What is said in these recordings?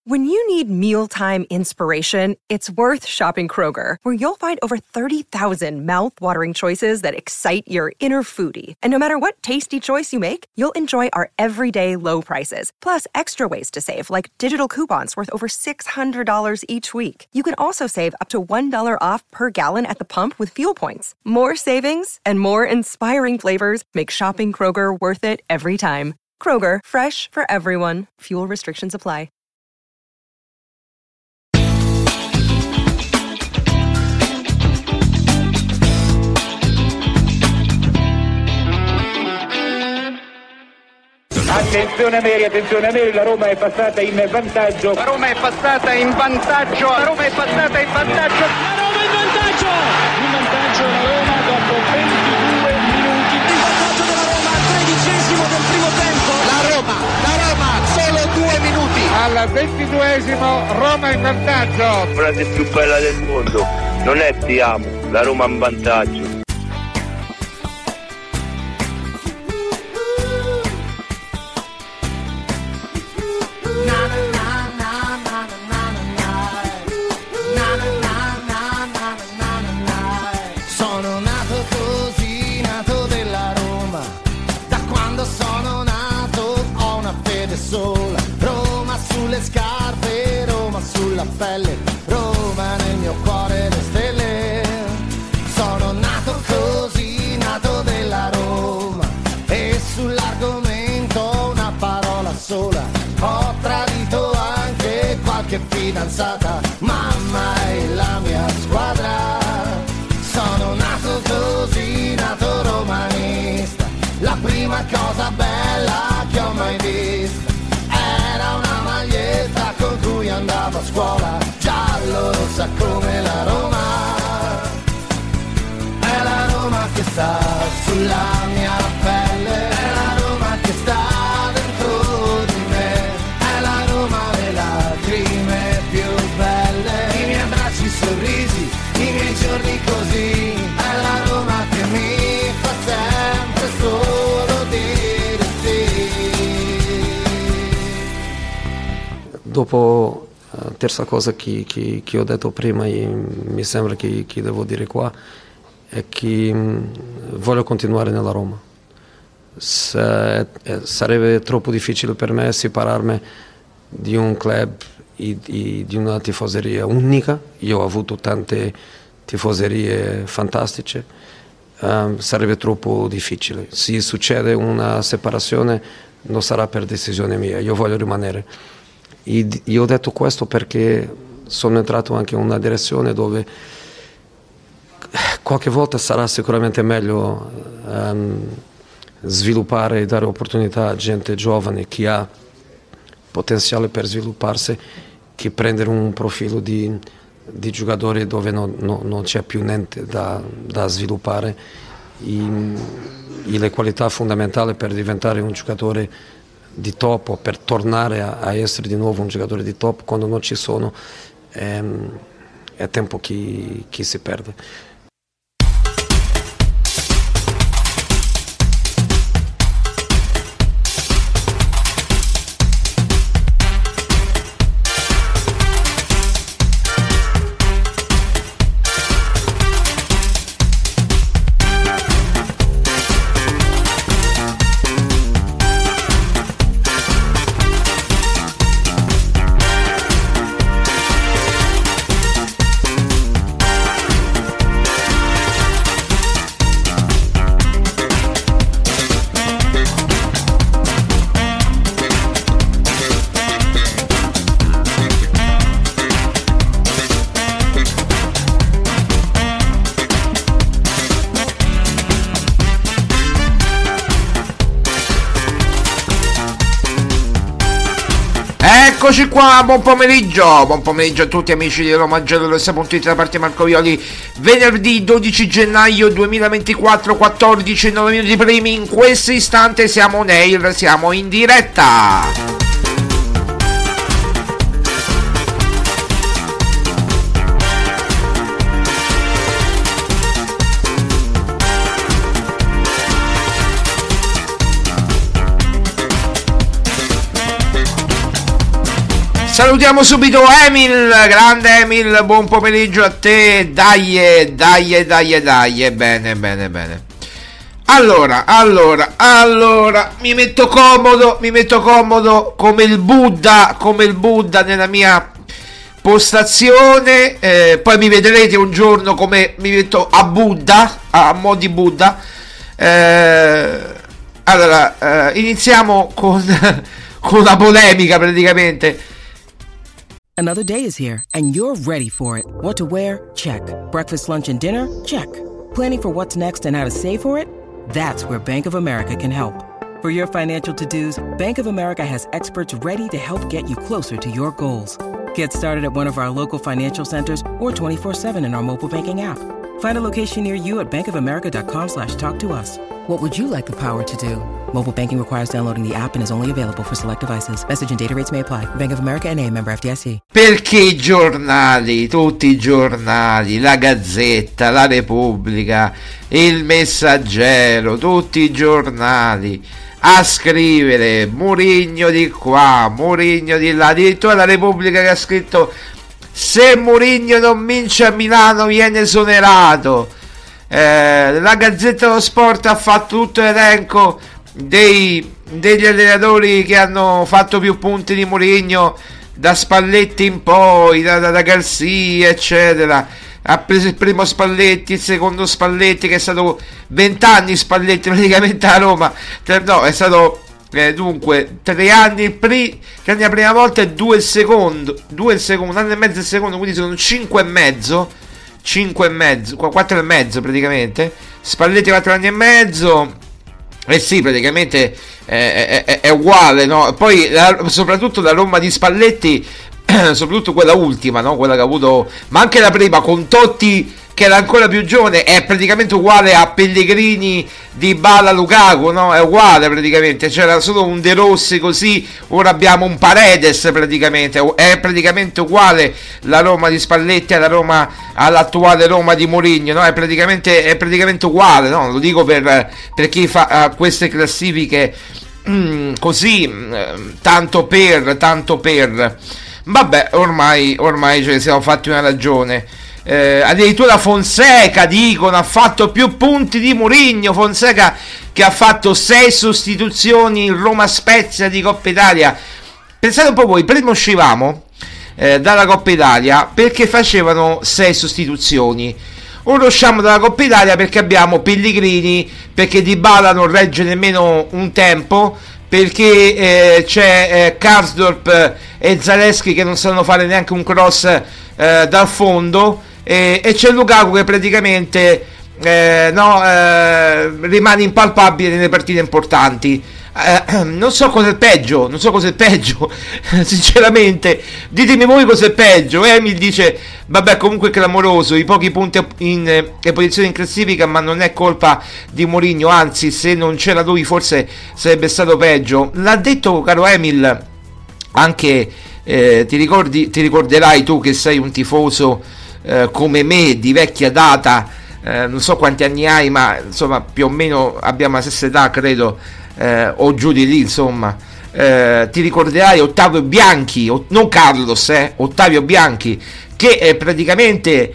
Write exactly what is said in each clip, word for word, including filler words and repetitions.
When you need mealtime inspiration, it's worth shopping Kroger, where you'll find over thirty thousand mouth-watering choices that excite your inner foodie. And no matter what tasty choice you make, you'll enjoy our everyday low prices, plus extra ways to save, like digital coupons worth over six hundred dollars each week. You can also save up to one dollar off per gallon at the pump with fuel points. More savings and more inspiring flavors make shopping Kroger worth it every time. Kroger, fresh for everyone. Fuel restrictions apply. Attenzione Neri, attenzione Neri, la Roma è passata in vantaggio. La Roma è passata in vantaggio. La Roma è passata in vantaggio. La Roma in vantaggio. In vantaggio la Roma dopo ventidue minuti. In vantaggio della Roma al tredicesimo del primo tempo. La Roma, la Roma, solo due minuti. Al ventiduesimo Roma in vantaggio. La frase più bella del mondo non è ti amo, la Roma in vantaggio. Roma sulle scarpe, Roma sulla pelle, Roma nel mio cuore le stelle. Sono nato così, nato della Roma, e sull'argomento una parola sola. Ho tradito anche qualche fidanzata, mamma è la mia squadra. Sono nato così, nato romanista, la prima cosa bella che ho mai visto era una maglietta con cui andavo a scuola, giallo rossa come la Roma. È la Roma che sta sulla mia pelle, è la Roma che sta dentro di me, è la Roma le lacrime più belle, i miei abbracci, i sorrisi, i miei giorni così, è la Roma che mi fa sempre solo dire sì. Dopo la terza cosa che, che, che ho detto prima, e mi sembra che, che devo dire qua, è che mh, voglio continuare nella Roma. Se, eh, sarebbe troppo difficile per me separarmi di un club e di, di una tifoseria unica. Io ho avuto tante tifoserie fantastiche, um, sarebbe troppo difficile. Se succede una separazione non sarà per decisione mia, io voglio rimanere. E io ho detto questo perché sono entrato anche in una direzione dove qualche volta sarà sicuramente meglio um, sviluppare e dare opportunità a gente giovane che ha potenziale per svilupparsi, che prendere un profilo di, di giocatore dove non, no, non c'è più niente da, da sviluppare. E, e le qualità fondamentali per diventare un giocatore di top, o per tornare a, a essere di nuovo un giocatore di top, quando non ci sono, ehm, è tempo che, che si perde. Eccoci qua, buon pomeriggio, buon pomeriggio a tutti amici di Roma Giallorossa punto it da parte Marco Violi. Venerdì dodici gennaio duemilaventiquattro, quattordici e nove minuti primi. In questo istante siamo on air, siamo in diretta. Salutiamo subito Emil, grande Emil, buon pomeriggio a te, dai, dai, dai, dai, bene, bene, bene. Allora, allora, allora, mi metto comodo, mi metto comodo come il Buddha, come il Buddha nella mia postazione, eh, poi mi vedrete un giorno come mi metto a Buddha, a mo' di Buddha. Eh, allora, eh, iniziamo con, con una polemica praticamente. Another day is here, and you're ready for it. What to wear? Check. Breakfast, lunch, and dinner? Check. Planning for what's next and how to save for it? That's where Bank of America can help. For your financial to-dos, Bank of America has experts ready to help get you closer to your goals. Get started at one of our local financial centers or twenty-four seven in our mobile banking app. Find a location near you at bankofamerica.com slash talk to us. What would you like the power to do? Mobile banking requires downloading the app and is only available for select devices. Message and data rates may apply. Bank of America N A, member F D I C. Perché i giornali, tutti i giornali, la Gazzetta, la Repubblica, il Messaggero, tutti i giornali a scrivere Mourinho di qua, Mourinho di là, addirittura la Repubblica che ha scritto se Mourinho non vince a Milano viene esonerato. Eh, la Gazzetta dello Sport ha fatto tutto l'elenco dei, degli allenatori che hanno fatto più punti di Mourinho, da Spalletti in poi, da, da, da Garcia eccetera. Ha preso il primo Spalletti, il secondo Spalletti, che è stato vent'anni Spalletti praticamente a Roma, no, è stato eh, dunque tre anni il pri, tre anni la prima volta e due il secondo, due il secondo, un anno e mezzo il secondo, quindi sono cinque e mezzo, cinque e mezzo, quattro e mezzo praticamente. Spalletti quattro anni e mezzo. Eh sì, praticamente è, è, è uguale, no? Poi la, soprattutto la Roma di Spalletti, soprattutto quella ultima, no? Quella che ha avuto, ma anche la prima con Totti che era ancora più giovane, è praticamente uguale a Pellegrini, Dybala, Lukaku, no? È uguale praticamente, c'era solo un De Rossi così, ora abbiamo un Paredes praticamente, è praticamente uguale la Roma di Spalletti alla Roma, all'attuale Roma di Mourinho, no? È praticamente, è praticamente uguale, no? Lo dico per, per chi fa uh, queste classifiche mm, così, mm, tanto per, tanto per, vabbè, ormai, ormai ce ne siamo fatti una ragione. Eh, addirittura Fonseca dicono ha fatto più punti di Mourinho. Fonseca che ha fatto sei sostituzioni in Roma Spezia di Coppa Italia. Pensate un po' voi, prima uscivamo eh, dalla Coppa Italia perché facevano sei sostituzioni. Ora usciamo dalla Coppa Italia perché abbiamo Pellegrini, perché Dybala non regge nemmeno un tempo, perché eh, c'è eh, Karsdorp e Zalewski che non sanno fare neanche un cross eh, dal fondo. E, e c'è Lukaku che praticamente eh, no, eh, rimane impalpabile nelle partite importanti. Eh, non so cosa è peggio, non so cosa è peggio sinceramente, ditemi voi cosa è peggio. Emil dice vabbè, comunque è clamoroso i pochi punti in eh, posizione in classifica, ma non è colpa di Mourinho, anzi se non c'era lui forse sarebbe stato peggio. L'ha detto, caro Emil, anche eh, ti ricordi, ti ricorderai tu che sei un tifoso Eh, come me di vecchia data, eh, non so quanti anni hai, ma insomma più o meno abbiamo la stessa età, credo, eh, o giù di lì, insomma. Eh, ti ricorderai Ottavio Bianchi, o, non Carlos, eh, Ottavio Bianchi, che eh, praticamente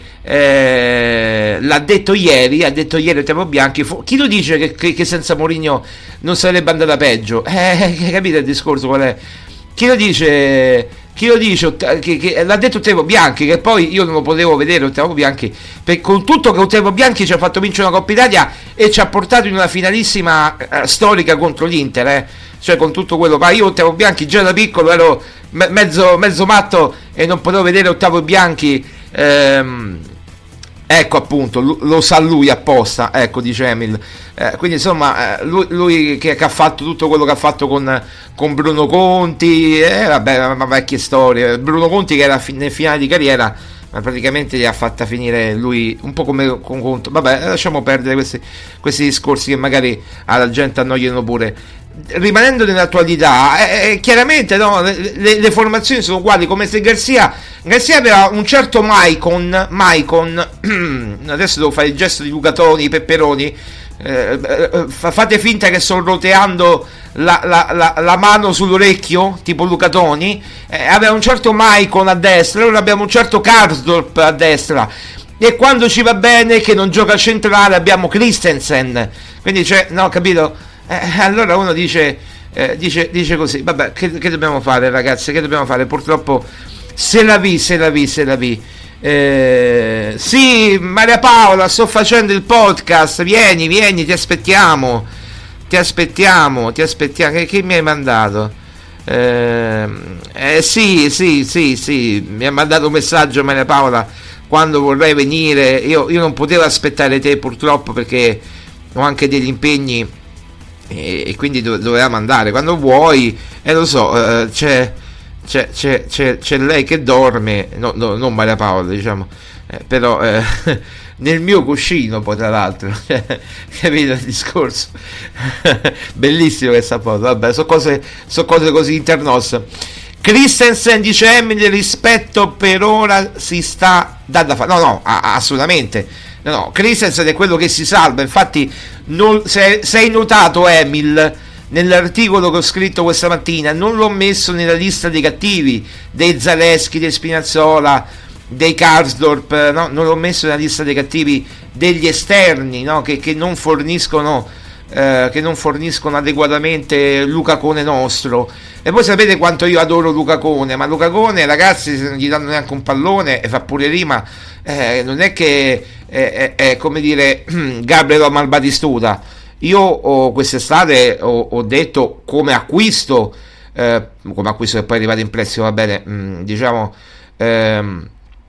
eh, l'ha detto ieri, ha detto ieri Ottavio Bianchi, fu, chi lo dice che, che, che senza Mourinho non sarebbe andata peggio? Eh, capite il discorso qual è? Chi lo dice? Chi lo dice? Che, che, l'ha detto Ottavio Bianchi, che poi io non lo potevo vedere Ottavio Bianchi, per, con tutto che Ottavio Bianchi ci ha fatto vincere una Coppa Italia e ci ha portato in una finalissima eh, storica contro l'Inter, eh. Cioè con tutto quello, ma io Ottavio Bianchi già da piccolo ero me- mezzo, mezzo matto e non potevo vedere Ottavio Bianchi, ehm, ecco appunto, lo, lo sa lui apposta, ecco, dice Emil. Eh, quindi insomma eh, lui, lui che, che ha fatto tutto quello che ha fatto con, con Bruno Conti, eh, vabbè, ma vecchie storie. Bruno Conti che era fi- nel finale di carriera, ma praticamente gli ha fatta finire lui un po' come con Conte. Vabbè, lasciamo perdere questi, questi discorsi che magari alla gente annoiano pure. Rimanendo nell'attualità, eh, chiaramente no, le, le formazioni sono uguali, come se Garcia Garcia aveva un certo Maicon Maicon adesso devo fare il gesto di Luca Toni, Pepperoni, eh, eh, fate finta che sto roteando la, la, la, la mano sull'orecchio tipo Luca Toni, eh, abbiamo un certo Maicon a destra, ora abbiamo un certo Karsdorp a destra, e quando ci va bene che non gioca centrale abbiamo Christensen, quindi c'è, no, capito? Eh, allora uno dice, eh, dice dice così, vabbè, che, che dobbiamo fare, ragazzi, che dobbiamo fare? Purtroppo se la vi, se la vi, se la vi. Eh, sì, Maria Paola, sto facendo il podcast, vieni, vieni, ti aspettiamo, ti aspettiamo, ti aspettiamo. Che, che mi hai mandato? Eh, eh, sì, sì, sì, sì, mi ha mandato un messaggio Maria Paola quando vorrei venire. Io, io non potevo aspettare te purtroppo perché ho anche degli impegni e, e quindi do, dovevamo andare quando vuoi, e lo so, eh, c'è C'è, c'è, c'è, c'è lei che dorme, no, no, non Maria Paola, diciamo, eh, però eh, nel mio cuscino, poi tra l'altro, capito il discorso? Bellissimo questa foto, vabbè, sono cose, so cose così internos. Christensen dice Emily, rispetto per ora si sta dando a fare, no no, a, assolutamente no, no, Christensen è quello che si salva, infatti non, se, se hai notato Emil, nell'articolo che ho scritto questa mattina non l'ho messo nella lista dei cattivi, dei Zaleschi, dei Spinazzola, dei Karsdorp, no? Non l'ho messo nella lista dei cattivi degli esterni, no? che, che non forniscono eh, che non forniscono adeguatamente Luca Cone nostro. E poi sapete quanto io adoro Luca Cone, ma Luca Cone, ragazzi, se non gli danno neanche un pallone e fa pure rima, eh, non è che è, è, è come dire Gabriele Malbatistuta. Io ho, quest'estate ho, ho detto come acquisto, eh, come acquisto che poi è arrivato in prestito, va bene, mh, diciamo, ehm,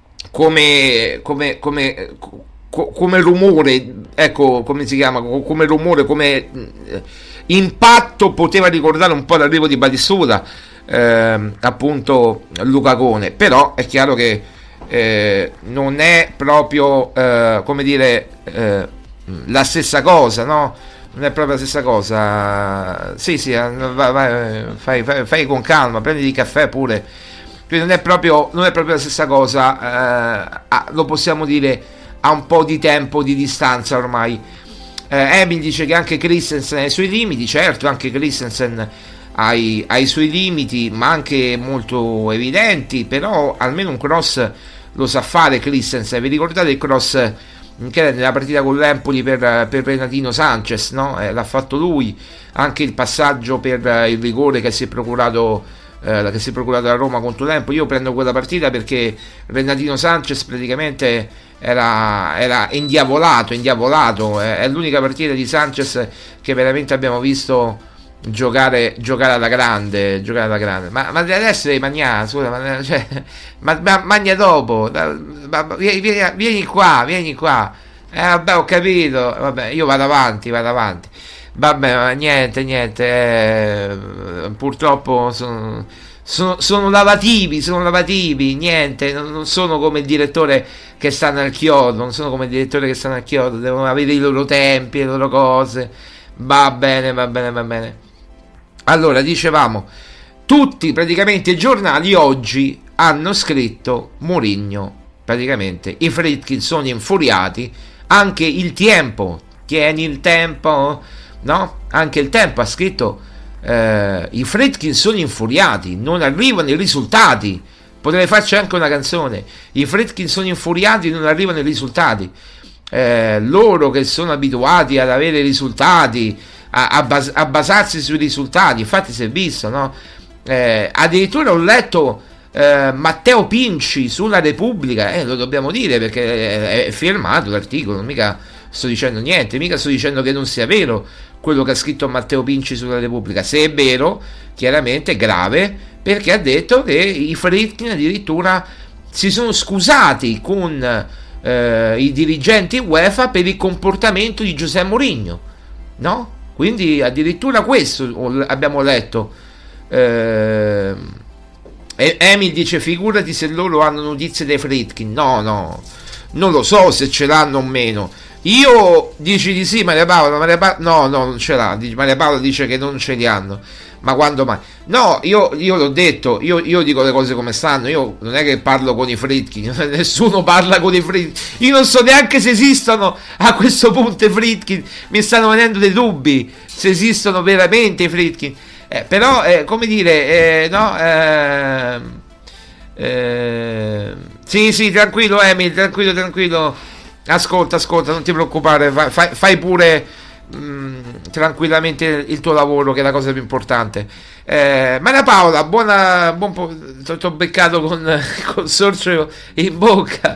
come, come, come, co, come rumore, ecco, come si chiama, come rumore, come mh, impatto poteva ricordare un po' l'arrivo di Batistuta, ehm, appunto Luca Cone, però è chiaro che eh, non è proprio, eh, come dire, eh, la stessa cosa, no? Non è proprio la stessa cosa. Sì, sì, vai, vai, fai, fai, fai con calma, prendi il caffè pure. Quindi non è proprio, non è proprio la stessa cosa, eh, lo possiamo dire a un po' di tempo di distanza ormai. eh, Emil dice che anche Christensen ha i suoi limiti. Certo, anche Christensen ha i, ha i suoi limiti, ma anche molto evidenti, però almeno un cross lo sa fare Christensen. Vi ricordate il cross che era nella partita con l'Empoli per, per Renatino Sanchez, no? Eh, l'ha fatto lui, anche il passaggio per eh, il rigore che si è procurato eh, che si è procurato a Roma contro l'Empoli. Io prendo quella partita perché Renatino Sanchez praticamente era, era indiavolato, indiavolato, eh, è l'unica partita di Sanchez che veramente abbiamo visto giocare giocare alla grande, giocare alla grande. Ma, ma adesso devi mangiare, scusa, ma, cioè, ma, ma mangia dopo, ma, ma, vieni, vieni, vieni qua, vieni qua. Eh, vabbè, ho capito, vabbè, io vado avanti, vado avanti. Vabbè, ma niente, niente, eh, purtroppo sono, sono, sono lavativi, sono lavativi, niente, non, non sono come il direttore che stanno al chiodo, non sono come il direttore che stanno al chiodo, devono avere i loro tempi, le loro cose. Va bene, va bene, va bene. Allora, dicevamo, tutti praticamente i giornali oggi hanno scritto Mourinho, praticamente i Friedkin sono infuriati, anche il Tempo, tieni il Tempo, no? Anche il Tempo ha scritto eh, i Friedkin sono infuriati, non arrivano i risultati. Potrei farci anche una canzone, i Friedkin sono infuriati, non arrivano i risultati. Eh, loro che sono abituati ad avere risultati, a, a, bas- a basarsi sui risultati, infatti si è visto, no? Eh, addirittura ho letto eh, Matteo Pinci sulla Repubblica, eh, lo dobbiamo dire perché è, è firmato l'articolo, non mica sto dicendo niente, mica sto dicendo che non sia vero quello che ha scritto Matteo Pinci sulla Repubblica. Se è vero, chiaramente è grave, perché ha detto che i Friedkin addirittura si sono scusati con eh, i dirigenti UEFA per il comportamento di José Mourinho, no? Quindi addirittura questo abbiamo letto. eh, Emil dice figurati se loro hanno notizie dei Friedkin. No, no, non lo so se ce l'hanno o meno, Io dici di sì, Maria Paola, Maria Paola no, no, non ce l'ha. Maria Paola dice che non ce li hanno. Ma quando mai? No, io, io l'ho detto, io, io dico le cose come stanno. Io non è che parlo con i Friedkin, nessuno parla con i Friedkin. Io non so neanche se esistono a questo punto i Friedkin. Mi stanno venendo dei dubbi se esistono veramente i Friedkin. Eh, però, eh, come dire, eh, no, eh, eh, sì, sì, tranquillo, Emil, tranquillo, tranquillo. Ascolta, ascolta, non ti preoccupare, fai, fai pure mh, tranquillamente il tuo lavoro, che è la cosa più importante. Eh, Maria Paola, buona, buon po', ti ho beccato con, con sorcio in bocca,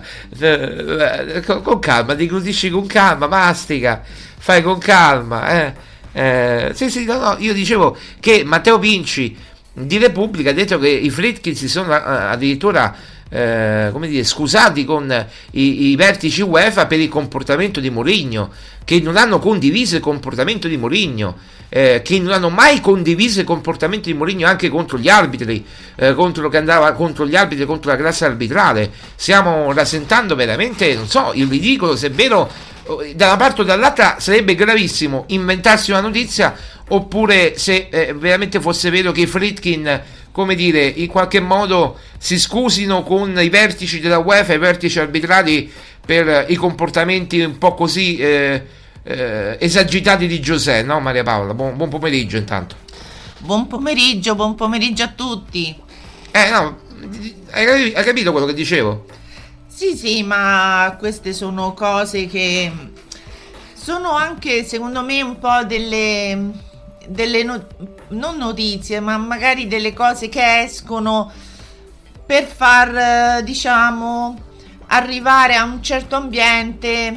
eh, con, con calma, diglutisci con calma, mastica, fai con calma, eh. Eh, sì, sì, no, no, io dicevo che Matteo Pinci di Repubblica ha detto che i Friedkin si sono uh, addirittura uh, come dire, scusati con i, i vertici UEFA per il comportamento di Mourinho, che non hanno condiviso il comportamento di Mourinho, eh, che non hanno mai condiviso il comportamento di Mourinho anche contro gli arbitri, eh, contro che andava contro gli arbitri, contro la classe arbitrale. Stiamo rasentando veramente, non so, il ridicolo, se è vero. Da una parte o dall'altra sarebbe gravissimo inventarsi una notizia, oppure se eh, veramente fosse vero che i Friedkin, come dire, in qualche modo si scusino con i vertici della UEFA, i vertici arbitrali, per i comportamenti un po' così eh, eh, esagitati di José, no Maria Paola? Buon, buon pomeriggio intanto. Buon pomeriggio, buon pomeriggio a tutti. Eh no, hai, hai capito quello che dicevo? Sì, sì, ma queste sono cose che sono anche, secondo me, un po' delle, delle no, non notizie, ma magari delle cose che escono per far, diciamo, arrivare a un certo ambiente,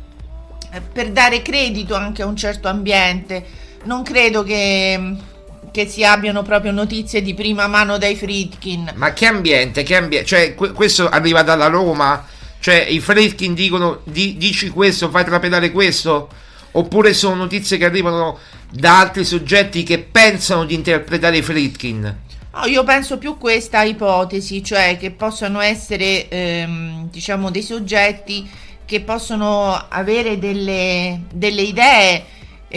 per dare credito anche a un certo ambiente. Non credo che... che si abbiano proprio notizie di prima mano dai Friedkin. Ma che ambiente, che ambiente, cioè que- questo arriva dalla Roma, cioè i Friedkin dicono di- dici questo, fai trapelare questo, oppure sono notizie che arrivano da altri soggetti che pensano di interpretare i Friedkin? No, io penso più questa ipotesi, cioè che possano essere ehm, diciamo dei soggetti che possono avere delle, delle idee,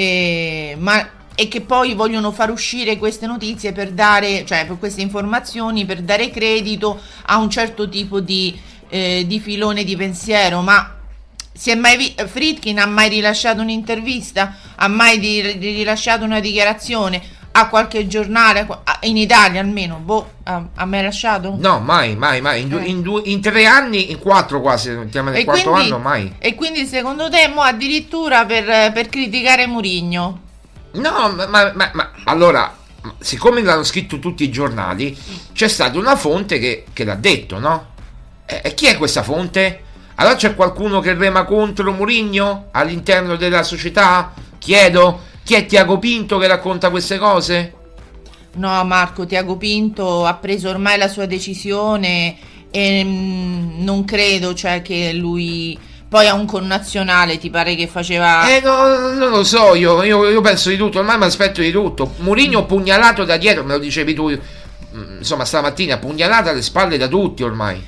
eh, ma e che poi vogliono far uscire queste notizie per dare, cioè per queste informazioni, per dare credito a un certo tipo di, eh, di filone di pensiero. Ma si è mai vi- Friedkin ha mai rilasciato un'intervista? Ha mai di- di rilasciato una dichiarazione a qualche giornale in Italia almeno? Boh, ha, ha mai lasciato? No, mai, mai, mai. In, du- eh. in, du- in tre anni, in quattro quasi, mettiamo nel quarto quindi, anno, mai. E quindi secondo te mo addirittura per, per criticare Mourinho? No, ma, ma, ma, ma allora, siccome l'hanno scritto tutti i giornali, c'è stata una fonte che, che l'ha detto, no? E, e chi è questa fonte? Allora c'è qualcuno che rema contro Mourinho all'interno della società? Chiedo, chi è Tiago Pinto che racconta queste cose? No, Marco, Tiago Pinto ha preso ormai la sua decisione e mh, non credo, cioè, che lui... Poi ha un connazionale, ti pare che faceva... Eh, no, non lo so, io, io, io penso di tutto, ormai mi aspetto di tutto. Mourinho pugnalato da dietro, me lo dicevi tu, insomma, stamattina, pugnalato alle spalle da tutti ormai.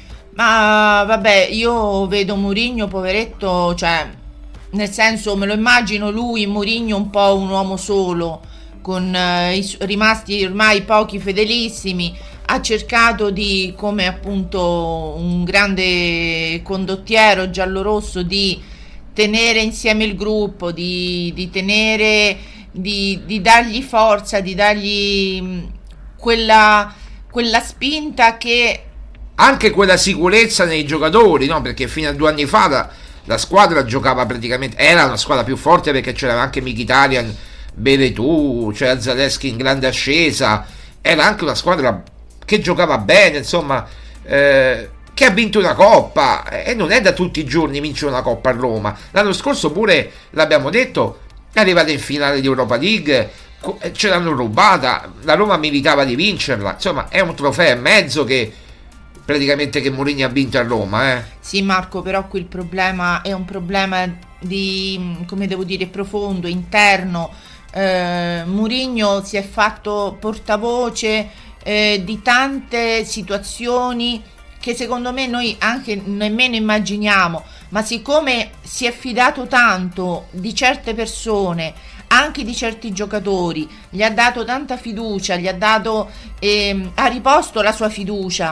Ma vabbè, io vedo Mourinho, poveretto, cioè, nel senso, me lo immagino lui, Mourinho, un po' un uomo solo, con eh, i rimasti ormai pochi fedelissimi. Ha cercato di, come appunto un grande condottiero giallorosso, di tenere insieme il gruppo, di, di tenere, di, di dargli forza, di dargli quella, quella spinta che... Anche quella sicurezza nei giocatori, no? Perché fino a due anni fa la, la squadra giocava praticamente... Era una squadra più forte perché c'era anche Mkhitaryan, Beretù, c'era Zalewski in grande ascesa. Era anche una squadra... che giocava bene, insomma, eh, che ha vinto una coppa, e non è da tutti i giorni vincere una coppa a Roma. L'anno scorso pure, l'abbiamo detto, è arrivata in finale di Europa League, ce l'hanno rubata, la Roma meritava di vincerla, insomma è un trofeo e mezzo che praticamente che Mourinho ha vinto a Roma. Eh. Sì, Marco, però qui il problema è un problema di, come devo dire, profondo, interno. eh, Mourinho si è fatto portavoce Eh, di tante situazioni che secondo me noi anche nemmeno immaginiamo, ma siccome si è fidato tanto di certe persone, anche di certi giocatori, gli ha dato tanta fiducia, gli ha dato ehm, ha riposto la sua fiducia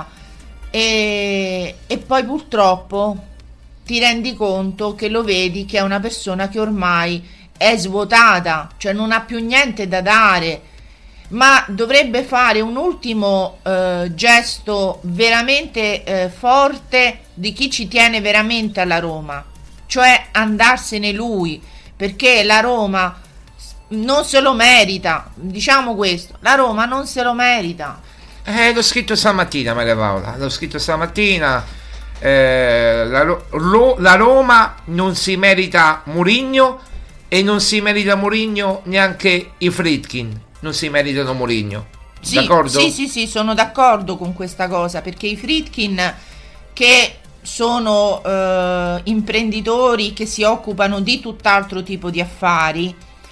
e, e poi purtroppo ti rendi conto che lo vedi che è una persona che ormai è svuotata, cioè non ha più niente da dare, ma dovrebbe fare un ultimo eh, gesto veramente eh, forte di chi ci tiene veramente alla Roma, cioè andarsene lui, perché la Roma non se lo merita, diciamo questo, la Roma non se lo merita. Eh, l'ho scritto stamattina, Maria Paola, l'ho scritto stamattina, eh, la, Ro- la Roma non si merita Mourinho e non si merita Mourinho neanche i Friedkin, non si meritano Mourinho. Sì, d'accordo? Sì, sì, sì, sono d'accordo con questa cosa, perché i Friedkin, che sono eh, imprenditori che si occupano di tutt'altro tipo di affari,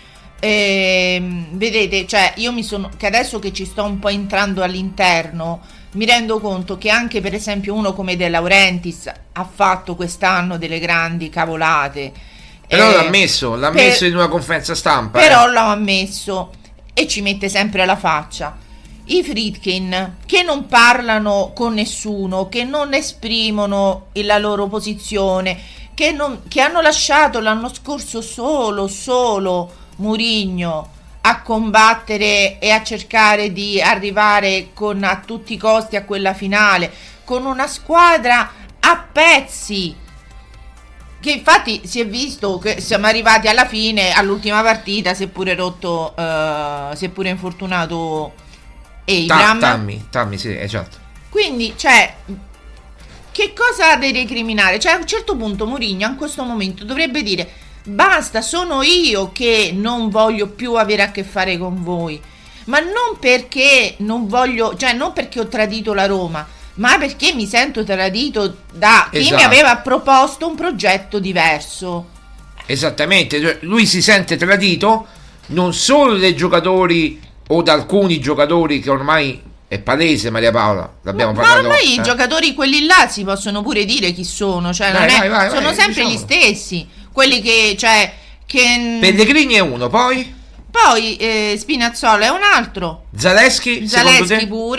eh, vedete, cioè io mi sono, che adesso che ci sto un po' entrando all'interno, mi rendo conto che anche per esempio uno come De Laurentiis ha fatto quest'anno delle grandi cavolate. Però eh, l'ha ammesso, l'ha per, ammesso in una conferenza stampa. Però eh. l'ha ammesso e ci mette sempre la faccia. I Friedkin, che non parlano con nessuno, che non esprimono la loro posizione, che, non, che hanno lasciato l'anno scorso solo, solo Mourinho a combattere e a cercare di arrivare con, a tutti i costi a quella finale, con una squadra a pezzi, che infatti si è visto che siamo arrivati alla fine, all'ultima partita, seppure rotto, uh, seppure infortunato Abraham. Tammy, Tammy, sì, esatto. Quindi, cioè, che cosa ha da recriminare? Cioè, a un certo punto Mourinho in questo momento dovrebbe dire: basta, sono io che non voglio più avere a che fare con voi, ma non perché non voglio, cioè non perché ho tradito la Roma, ma perché mi sento tradito da chi esatto. mi aveva proposto un progetto diverso. Esattamente, lui si sente tradito non solo dai giocatori o da alcuni giocatori, che ormai è palese, Maria Paola, l'abbiamo ma, parlato. Ma ormai eh. i giocatori quelli là si possono pure dire chi sono, cioè Dai, non vai, è, vai, sono vai, sempre diciamo. gli stessi, quelli che, cioè, che Pellegrini è uno, poi poi eh, Spinazzola è un altro, Zaleschi, Zaleschi pure,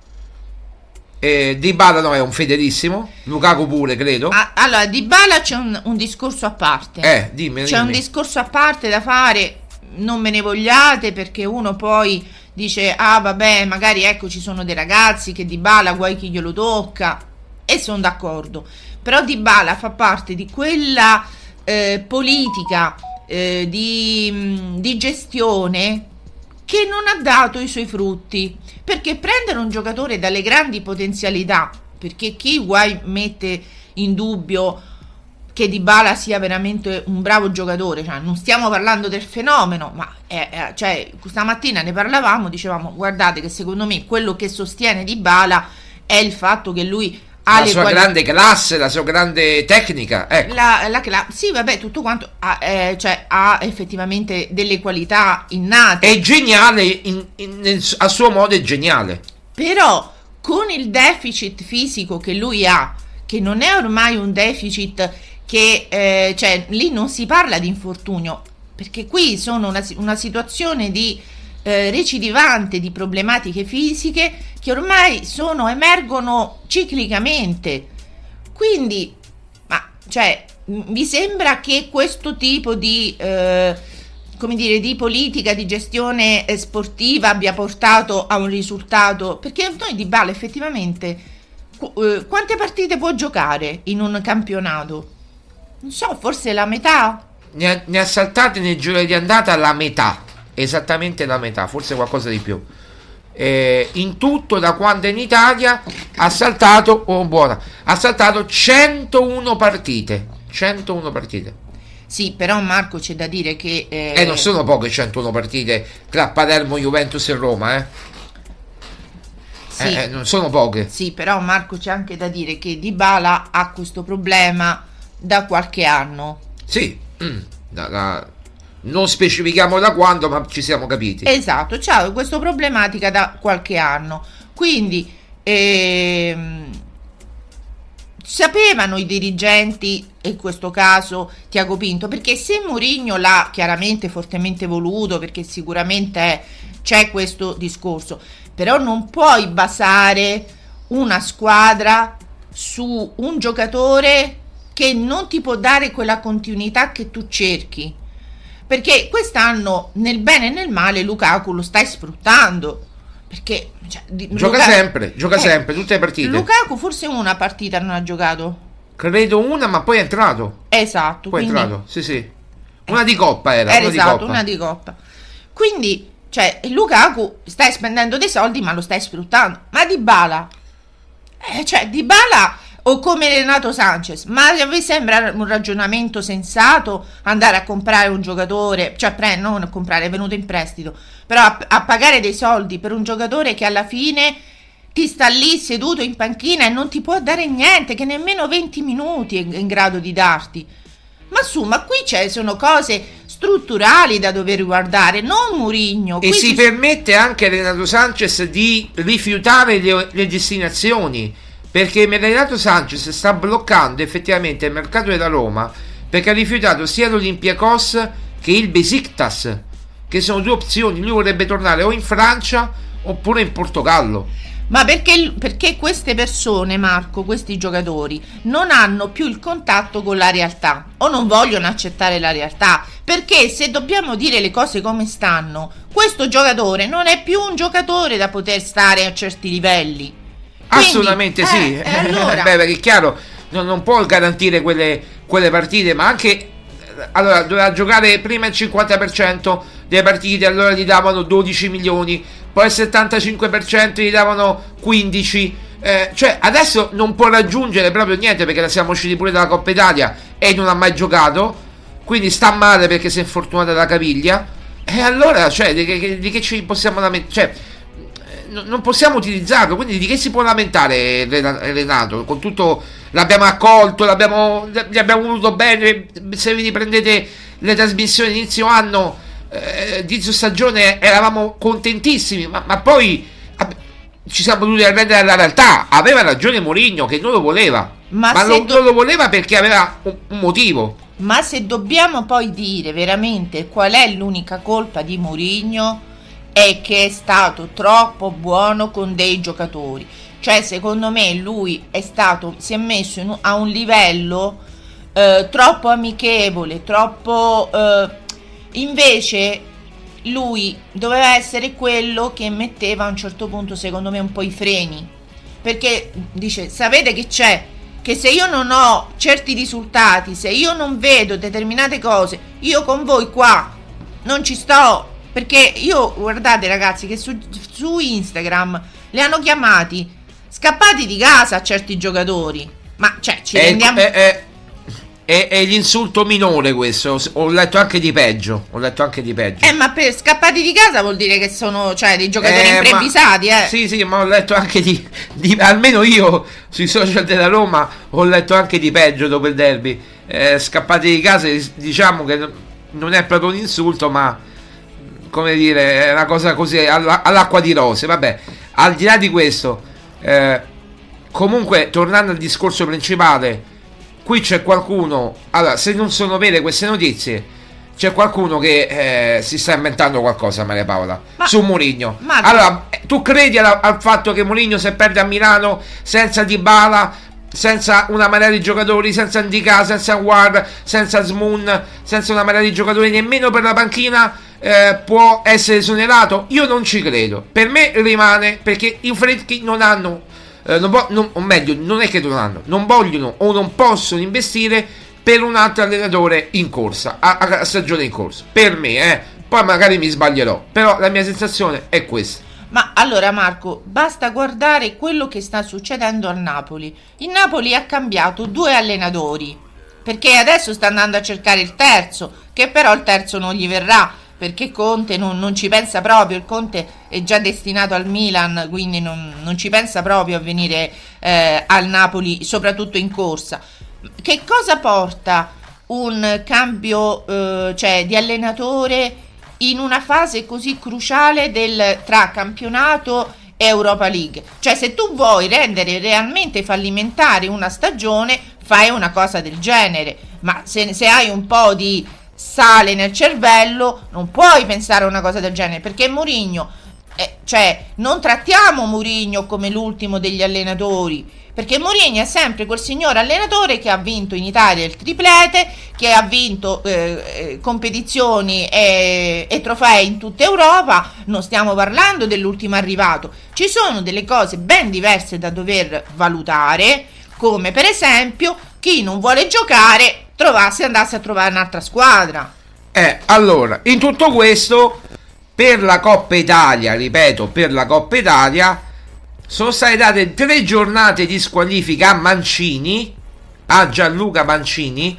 eh, Dybala no, è un fedelissimo, Lukaku pure, credo. Ah, allora, Dybala c'è un, un discorso a parte, eh, dimmi, c'è dimmi. un discorso a parte da fare, non me ne vogliate, perché uno poi dice: ah vabbè, magari ecco ci sono dei ragazzi che Dybala guai chi glielo tocca, e sono d'accordo, però Dybala fa parte di quella eh, politica eh, di, di gestione che non ha dato i suoi frutti, perché prendere un giocatore dalle grandi potenzialità, perché chi guai mette in dubbio che Dybala sia veramente un bravo giocatore, cioè non stiamo parlando del fenomeno, ma è, è, cioè stamattina ne parlavamo, dicevamo: guardate che secondo me quello che sostiene Dybala è il fatto che lui ha la le sua quali... grande classe, la sua grande tecnica, ecco. la, la, la, sì vabbè, tutto quanto ha, eh, cioè, ha effettivamente delle qualità innate, è geniale in, in, nel, a suo modo è geniale, però con il deficit fisico che lui ha, che non è ormai un deficit che eh, cioè lì non si parla di infortunio, perché qui sono una, una situazione di eh, recidivante di problematiche fisiche che ormai sono emergono ciclicamente, quindi ma cioè mi sembra che questo tipo di eh, come dire di politica di gestione eh, sportiva abbia portato a un risultato, perché noi Dybala effettivamente qu- eh, quante partite può giocare in un campionato? Non so, forse la metà? Ne ha, ne ha saltate nel giro di andata la metà, esattamente la metà, forse qualcosa di più. Eh, in tutto, da quando è in Italia, ha saltato, oh buona, ha saltato centouno partite. centouno partite. Sì, però Marco c'è da dire che... Eh, eh non sono poche centouno partite tra Palermo, Juventus e Roma, eh. Sì, eh, eh non sono poche. Sì, però Marco c'è anche da dire che Dybala ha questo problema da qualche anno. Sì, mm, da, da, non specifichiamo da quando, ma ci siamo capiti. Esatto, c'ha questa problematica da qualche anno, quindi ehm, sapevano i dirigenti, in questo caso Tiago Pinto, perché se Mourinho l'ha chiaramente fortemente voluto, perché sicuramente è, c'è questo discorso, però non puoi basare una squadra su un giocatore che non ti può dare quella continuità che tu cerchi, perché quest'anno nel bene e nel male Lukaku lo stai sfruttando, perché cioè, gioca Lukaku, sempre gioca eh, sempre tutte le partite. Lukaku forse una partita non ha giocato, credo una, ma poi è entrato, esatto, poi quindi, è entrato sì sì una di coppa era, era una esatto, di coppa. una di coppa, quindi cioè Lukaku stai spendendo dei soldi ma lo stai sfruttando. Ma Dybala eh, cioè Dybala o come Renato Sanchez, ma vi sembra un ragionamento sensato andare a comprare un giocatore, cioè pre, non a comprare, è venuto in prestito, però a, a pagare dei soldi per un giocatore che alla fine ti sta lì seduto in panchina e non ti può dare niente, che nemmeno venti minuti è in grado di darti? Ma su, ma qui c'è, sono cose strutturali da dover guardare, non Mourinho. E si ci... permette anche a Renato Sanchez di rifiutare le, le destinazioni, perché Renato Sanchez sta bloccando effettivamente il mercato della Roma, perché ha rifiutato sia l'Olympiakos che il Besiktas, che sono due opzioni. Lui vorrebbe tornare o in Francia oppure in Portogallo. Ma perché, perché queste persone, Marco, questi giocatori non hanno più il contatto con la realtà o non vogliono accettare la realtà, perché se dobbiamo dire le cose come stanno, questo giocatore non è più un giocatore da poter stare a certi livelli. Quindi, assolutamente eh, sì, eh, allora... beh, perché è chiaro, non, non può garantire quelle, quelle partite, ma anche allora doveva giocare prima il cinquanta per cento delle partite, allora gli davano dodici milioni, poi il settantacinque per cento gli davano quindici, eh, cioè adesso non può raggiungere proprio niente, perché la siamo usciti pure dalla Coppa Italia e non ha mai giocato, quindi sta male perché si è infortunata la caviglia, e allora cioè di che, di che ci possiamo lamentare, cioè non possiamo utilizzarlo, quindi di che si può lamentare Renato? Con tutto, l'abbiamo accolto, l'abbiamo, gli abbiamo voluto bene. Se vi riprendete le trasmissioni inizio anno, eh, inizio stagione, eravamo contentissimi, ma, ma poi ab- ci siamo dovuti arrendere alla realtà. Aveva ragione Mourinho che non lo voleva, ma, ma lo, do- non lo voleva perché aveva un, un motivo. Ma se dobbiamo poi dire veramente qual è l'unica colpa di Mourinho, è che è stato troppo buono con dei giocatori, cioè secondo me lui è stato, si è messo in, a un livello eh, troppo amichevole, troppo eh, invece lui doveva essere quello che metteva a un certo punto secondo me un po' i freni, perché dice sapete che c'è, che se io non ho certi risultati, se io non vedo determinate cose, io con voi qua non ci sto. Perché io, guardate ragazzi, che su, su Instagram li hanno chiamati scappati di casa a certi giocatori. Ma cioè ci è, rendiamo... È, è, è, è l'insulto minore questo. Ho letto anche di peggio. Ho letto anche di peggio. Eh ma per scappati di casa vuol dire che sono, cioè, dei giocatori eh, improvvisati ma, eh. Sì sì, ma ho letto anche di, di almeno io sui social della Roma ho letto anche di peggio dopo il derby. eh, Scappati di casa, diciamo che non è proprio un insulto, ma come dire, è una cosa così all'acqua di rose. Vabbè, al di là di questo, eh, comunque tornando al discorso principale, qui c'è qualcuno, allora se non sono vere queste notizie, c'è qualcuno che eh, si sta inventando qualcosa, Maria Paola, ma, su Mourinho. Ma allora tu credi al, al fatto che Mourinho, se perde a Milano senza Dybala, senza una marea di giocatori, senza Ndicà, senza War, senza Smoon, senza una marea di giocatori nemmeno per la panchina, Eh, può essere esonerato? Io non ci credo. Per me rimane, perché i Fredchi non hanno eh, non vo- non, o meglio, non è che non hanno, non vogliono o non possono investire per un altro allenatore in corsa, a, a stagione in corso. Per me, eh poi magari mi sbaglierò, però la mia sensazione è questa. Ma allora Marco, basta guardare quello che sta succedendo al Napoli. Il Napoli ha cambiato due allenatori, perché adesso sta andando a cercare il terzo, che però il terzo non gli verrà, perché Conte non, non ci pensa proprio. Il Conte è già destinato al Milan, quindi non, non ci pensa proprio a venire eh, al Napoli, soprattutto in corsa. Che cosa porta un cambio eh, cioè di allenatore in una fase così cruciale del, tra campionato e Europa League. Cioè, se tu vuoi rendere realmente fallimentare una stagione, fai una cosa del genere, ma se, se hai un po' di sale nel cervello non puoi pensare a una cosa del genere, perché Mourinho, eh, cioè non trattiamo Mourinho come l'ultimo degli allenatori, perché Mourinho è sempre quel signor allenatore che ha vinto in Italia il triplete, che ha vinto eh, competizioni e, e trofei in tutta Europa. Non stiamo parlando dell'ultimo arrivato, ci sono delle cose ben diverse da dover valutare, come per esempio chi non vuole giocare trovasse andasse a trovare un'altra squadra. Eh, allora, in tutto questo, per la Coppa Italia, ripeto, per la Coppa Italia sono state date tre giornate di squalifica a Mancini, a Gianluca Mancini,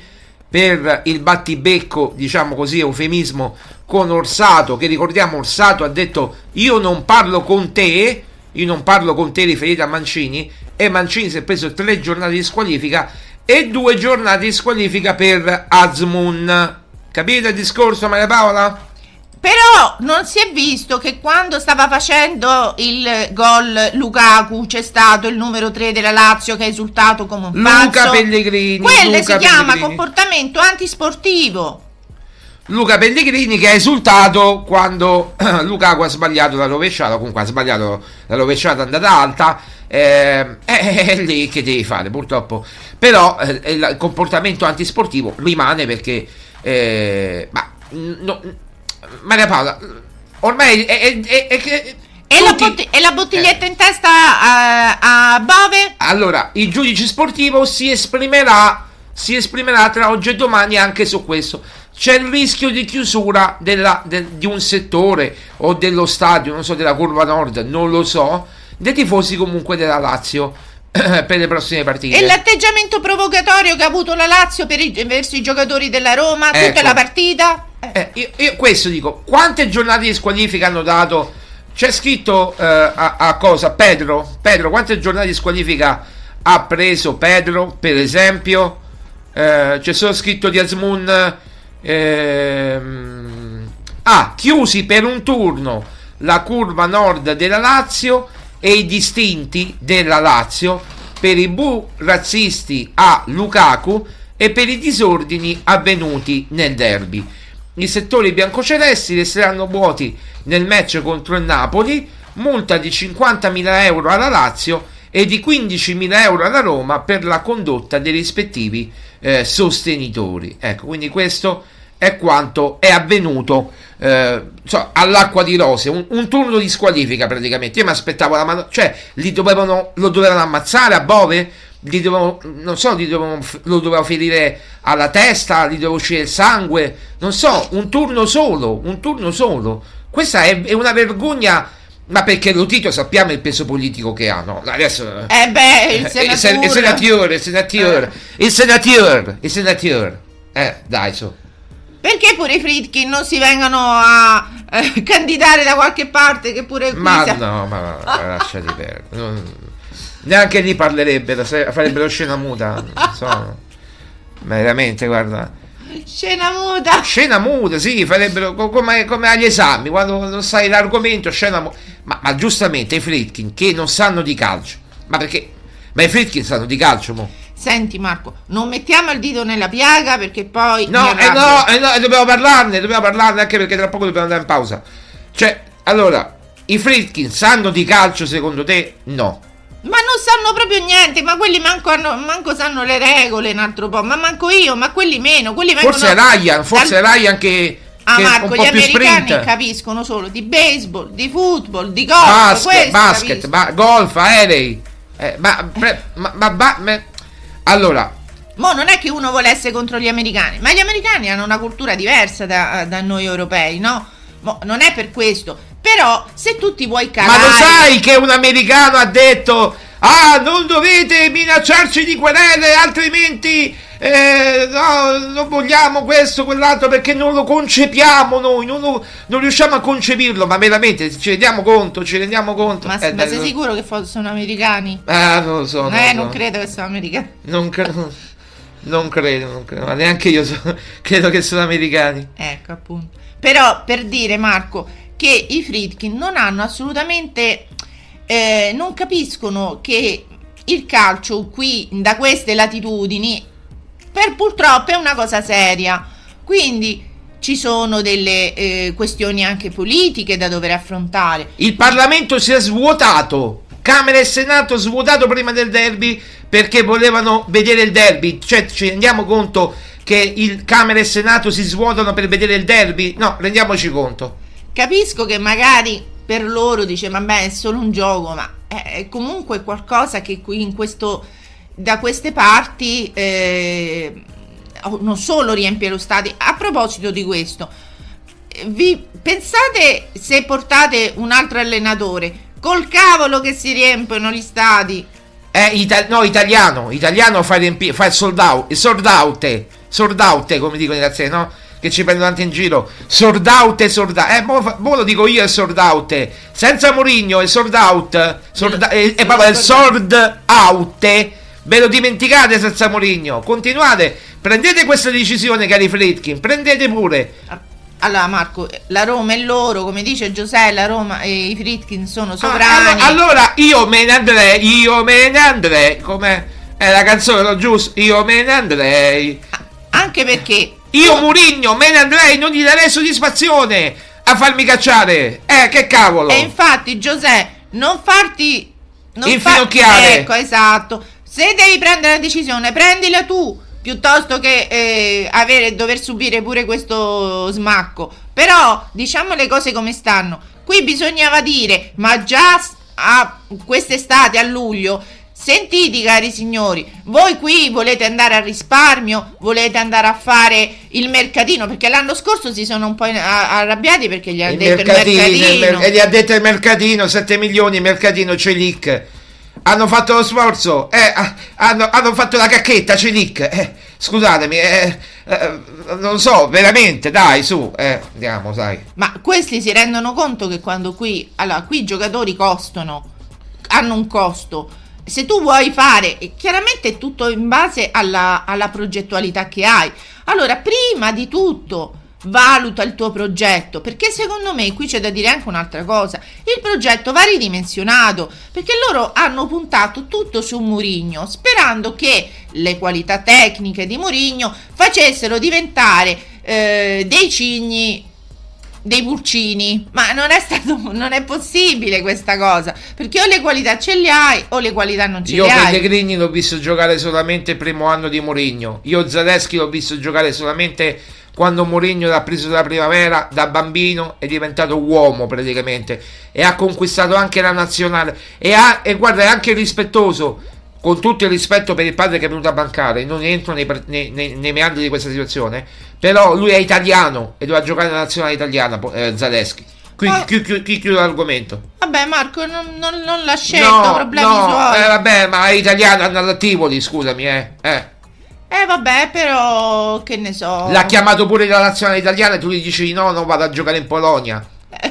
per il battibecco, diciamo così, eufemismo, con Orsato, che ricordiamo Orsato ha detto io non parlo con te, io non parlo con te riferito a Mancini, e Mancini si è preso tre giornate di squalifica e due giornate di squalifica per Azmoun. Capite il discorso, Maria Paola? Però non si è visto che quando stava facendo il gol Lukaku c'è stato il numero tre della Lazio che ha esultato come un pazzo. Luca Pellegrini. Quello Luca si chiama Pellegrini. comportamento antisportivo. Luca Pellegrini che ha esultato quando Lukaku ha sbagliato la rovesciata, comunque ha sbagliato la rovesciata andata alta, eh, è, è lì che devi fare purtroppo. Però eh, il comportamento antisportivo rimane perché eh, ma no, Maria Paola, ormai è, è, è, è, è e, la bot- e la bottiglietta eh. in testa a, a Bove? Allora, il giudice sportivo si esprimerà si esprimerà tra oggi e domani anche su questo. C'è il rischio di chiusura della, de, di un settore o dello stadio, non so, della curva nord, non lo so, dei tifosi comunque della Lazio per le prossime partite. E l'atteggiamento provocatorio che ha avuto la Lazio per i, verso i giocatori della Roma, ecco, tutta la partita? Eh, io, io questo dico, quante giornate di squalifica hanno dato? C'è scritto eh, a, a cosa? Pedro, Pedro, quante giornate di squalifica ha preso Pedro, per esempio? Eh, c'è solo scritto di Azmoun, ehm, ah, chiusi per un turno la curva nord della Lazio e i distinti della Lazio per i bu razzisti a Lukaku e per i disordini avvenuti nel derby. I settori biancocelesti resteranno vuoti nel match contro il Napoli, multa di cinquantamila euro alla Lazio e di quindicimila euro alla Roma per la condotta dei rispettivi eh, sostenitori. Ecco, quindi questo è quanto è avvenuto eh, so, all'Acqua di Rose, un, un turno di squalifica praticamente. Io mi aspettavo la mano, cioè li dovevano, lo dovevano ammazzare a Bove, gli dovevano, non so, gli dovevano, lo dovevano ferire alla testa, gli doveva uscire il sangue, non so, un turno solo, un turno solo. Questa è, è una vergogna, ma perché Lotito sappiamo il peso politico che ha, no? Adesso eh beh, il senatore, il senatore, il senatore, il senatore, il senatore, eh, dai, so. Perché pure i Friedkin non si vengano a eh, candidare da qualche parte, che pure qui ma sa- no, ma, ma lasciati perdere, non, neanche lì parlerebbero, farebbero scena muta, non so, ma veramente, guarda, scena muta, scena muta, sì, farebbero come, come agli esami, quando non sai l'argomento, scena muta, ma, ma giustamente i Friedkin che non sanno di calcio, ma perché, ma i Friedkin sanno di calcio, mo? Senti Marco, non mettiamo il dito nella piaga perché poi no, eh no, eh no, dobbiamo parlarne, dobbiamo parlarne anche perché tra poco dobbiamo andare in pausa. Cioè, allora, i Friedkin sanno di calcio secondo te? No. Ma non sanno proprio niente, ma quelli manco, hanno, manco sanno le regole un altro po', ma manco io, ma quelli meno, quelli forse Ryan, forse dal... Ryan che Ah che Marco, un po' gli più americani sprint. Capiscono solo di baseball, di football, di golf, basket, basket, ba- golf, aerei. Eh, ma, pre- ma, ma, ma, ma allora, mo non è che uno volesse contro gli americani, ma gli americani hanno una cultura diversa da, da noi europei, no? Mo non è per questo, però se tu ti vuoi calare... Ma lo sai che un americano ha detto ah, non dovete minacciarci di querele, altrimenti eh, no, non vogliamo questo, quell'altro, perché non lo concepiamo noi, non, lo, non riusciamo a concepirlo. Ma veramente ci rendiamo conto, ci rendiamo conto. Ma, eh, ma dai, sei no. sicuro che sono americani? Ah, non lo so. Eh, non, non so. credo che sono americani. Non credo, non credo, non credo, ma neanche io so, credo che sono americani. Ecco, appunto. Però per dire, Marco, che i Friedkin non hanno assolutamente eh, non capiscono che il calcio qui da queste latitudini per purtroppo è una cosa seria, quindi ci sono delle eh, questioni anche politiche da dover affrontare. Il Parlamento si è svuotato, Camera e Senato svuotato prima del derby perché volevano vedere il derby, cioè ci rendiamo conto che il Camera e Senato si svuotano per vedere il derby? No, rendiamoci conto. Capisco che magari per loro dice vabbè è solo un gioco, ma è comunque qualcosa che qui in questo, da queste parti eh, non solo riempie lo stadio. A proposito di questo, vi pensate se portate un altro allenatore, col cavolo che si riempiono gli stadi? Eh, ita- no, italiano, italiano fa, riempi- fa il sold out, il sold out, sold out come dicono i ragazzi, no? Che ci prendono tanto in giro, sold out, sold out, eh, mo, mo lo dico io, è sold out, senza Mourinho è sold out, sold, è, è proprio il sold out, ve lo dimenticate senza Mourinho, continuate, prendete questa decisione cari Friedkin, prendete pure. Allora Marco, la Roma è loro, come dice Giuseppe, la Roma e i Friedkin sono sovrani. Ah, allora, allora io me ne andrei, io me ne andrei, come è la canzone, no, giusto? Io me ne andrei. Anche perché io Mourinho me ne andrei, non gli darei soddisfazione a farmi cacciare. Eh, che cavolo. E infatti Giuseppe, non farti non infinocchiare. Fa... Ecco, esatto. Se devi prendere una decisione, prendila tu, piuttosto che eh, avere dover subire pure questo smacco. Però diciamo le cose come stanno. Qui bisognava dire, ma già a quest'estate, a luglio, sentite cari signori, voi qui volete andare a risparmio, volete andare a fare il mercatino, perché l'anno scorso si sono un po' arrabbiati perché gli ha detto il mercatino, il mer- e gli ha detto il mercatino, sette milioni, il mercatino Celic. Hanno fatto lo sforzo, eh, hanno, hanno fatto la cacchetta Celic, eh, scusatemi, eh, eh, non so, veramente, dai, su, eh, andiamo, sai. Ma questi si rendono conto che quando qui, allora, qui i giocatori costano, hanno un costo. Se tu vuoi fare, chiaramente è tutto in base alla, alla progettualità che hai. Allora, prima di tutto valuta il tuo progetto, perché secondo me qui c'è da dire anche un'altra cosa: il progetto va ridimensionato, perché loro hanno puntato tutto su Mourinho sperando che le qualità tecniche di Mourinho facessero diventare eh, dei cigni dei pulcini, ma non è stato, non è possibile questa cosa, perché o le qualità ce le hai o le qualità non ce io le hai. Io Pellegrini l'ho visto giocare solamente il primo anno di Mourinho, io Zaleschi l'ho visto giocare solamente quando Mourinho l'ha preso da primavera, da bambino è diventato uomo praticamente, e ha conquistato anche la nazionale, e, ha, e guarda, è anche rispettoso, con tutto il rispetto per il padre che è venuto a mancare, non entro nei, nei, nei, nei meandri di questa situazione, però lui è italiano e doveva giocare nella nazionale italiana, eh, Zaleschi. Qui, oh. chi, chi, chi chiude l'argomento? Vabbè Marco, non, non, non l'ha scelto, no, problemi no, suoi. Eh, vabbè, ma è italiano, è andato a Tivoli, scusami, eh. Eh. Eh vabbè, però che ne so. L'ha chiamato pure la nazionale italiana e tu gli dici no, non vado a giocare in Polonia.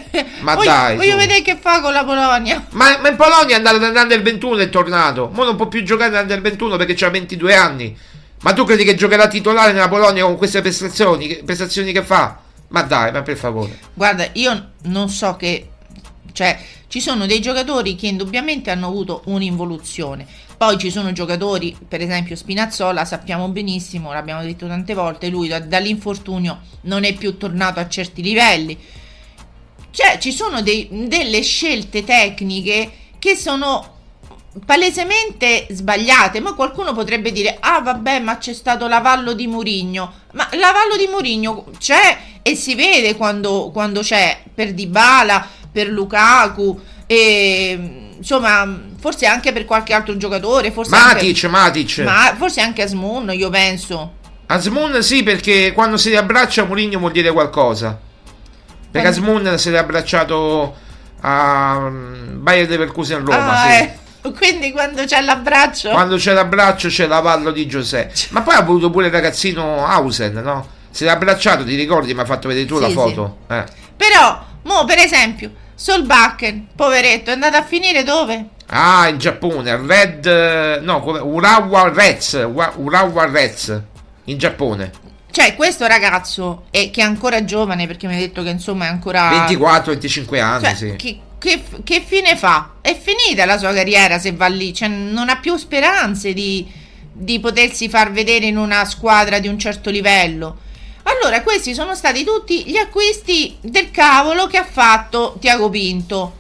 Ma voglio, dai, voglio vedere che fa con la Polonia. Ma, ma in Polonia è andato nell'Under ventuno e è tornato. Mo non può più giocare nell'Under ventuno perché ha ventidue anni. Ma tu credi che giocherà titolare nella Polonia con queste prestazioni, che, prestazioni che fa? Ma dai, ma per favore. Guarda, io non so che, cioè, ci sono dei giocatori che indubbiamente hanno avuto un'involuzione. Poi ci sono giocatori, per esempio Spinazzola, sappiamo benissimo, l'abbiamo detto tante volte, lui da, dall'infortunio non è più tornato a certi livelli. Cioè, ci sono dei, delle scelte tecniche che sono palesemente sbagliate, ma qualcuno potrebbe dire ah vabbè, ma c'è stato l'avallo di Mourinho. Ma l'avallo di Mourinho c'è e si vede quando, quando c'è, per Dybala, per Lukaku, e insomma forse anche per qualche altro giocatore, forse Matic, anche, Matic. ma forse anche Asmun, io penso. Asmun sì, perché quando si riabbraccia Mourinho vuol dire qualcosa, perché Asmun si è riabbracciato a Bayer Leverkusen Roma, ah, sì. eh. Quindi quando c'è l'abbraccio Quando c'è l'abbraccio c'è l'avallo di Giuseppe. Ma poi ha voluto pure il ragazzino Hausen, no? Si è abbracciato, ti ricordi? Mi ha fatto vedere tu sì, la foto, sì. eh. Però, mo per esempio Solbakken, poveretto, è andato a finire dove? Ah, in Giappone, Red, no, Urawa Reds, Urawa Reds, in Giappone. Cioè, questo ragazzo è che è ancora giovane, perché mi ha detto che insomma è ancora ventiquattro venticinque anni, cioè, sì. Che che, che fine fa? È finita la sua carriera se va lì, cioè non ha più speranze di, di potersi far vedere in una squadra di un certo livello. Allora questi sono stati tutti gli acquisti del cavolo che ha fatto Tiago Pinto.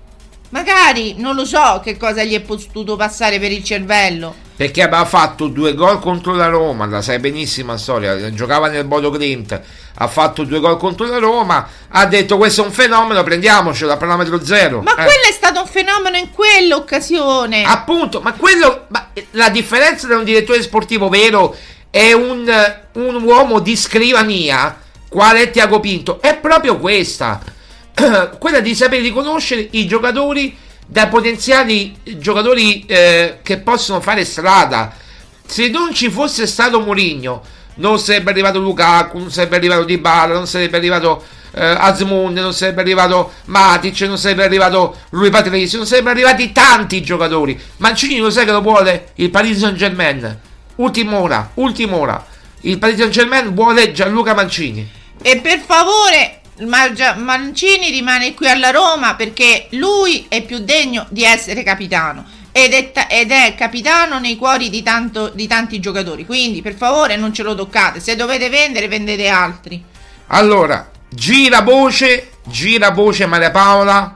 Magari non lo so che cosa gli è potuto passare per il cervello, perché aveva fatto due gol contro la Roma, la sai benissimo la storia, giocava nel Bodo Glimt, ha fatto due gol contro la Roma, ha detto questo è un fenomeno, prendiamocelo a parametro zero. Ma eh. quello è stato un fenomeno in quell'occasione, appunto, ma quello ma la differenza tra un direttore sportivo vero e un, un uomo di scrivania quale è Tiago Pinto è proprio questa, quella di saper riconoscere i giocatori da potenziali giocatori eh, che possono fare strada. Se non ci fosse stato Mourinho non sarebbe arrivato Lukaku, non sarebbe arrivato Dybala, non sarebbe arrivato eh, Azmoun, non sarebbe arrivato Matic, non sarebbe arrivato Rui Patricio, non sarebbero arrivati tanti giocatori. Mancini lo sai che lo vuole il Paris Saint-Germain, ultima ora, ultima ora il Paris Saint-Germain vuole Gianluca Mancini, e per favore Mancini rimane qui alla Roma perché lui è più degno di essere capitano ed è, ta- ed è capitano nei cuori di, tanto, di tanti giocatori, quindi per favore non ce lo toccate, se dovete vendere vendete altri. Allora gira voce, gira voce Maria Paola,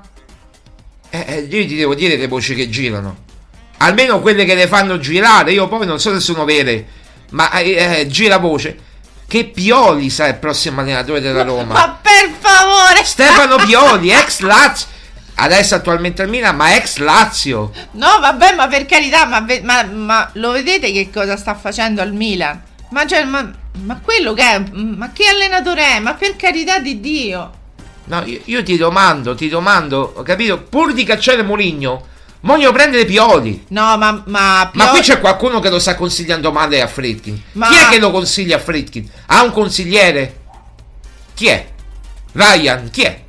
eh, eh, io ti devo dire le voci che girano, almeno quelle che le fanno girare, io poi non so se sono vere, ma eh, eh, gira voce che Pioli sarà il prossimo allenatore della Roma. Ma per favore, Stefano Pioli, ex Lazio, adesso attualmente al Milan, ma ex Lazio. No vabbè, ma per carità, ma, ma, ma lo vedete che cosa sta facendo al Milan? Ma, cioè, ma, ma quello che è, ma che allenatore è? Ma per carità di Dio. No, io, io ti domando, ti domando, ho capito? Pur di cacciare Mourinho, voglio prendere Pioli. No, ma ma, Pioli... ma qui c'è qualcuno che lo sta consigliando male a Friedkin. Ma... chi è che lo consiglia a Friedkin? Ha un consigliere? Chi è? Ryan, chi è?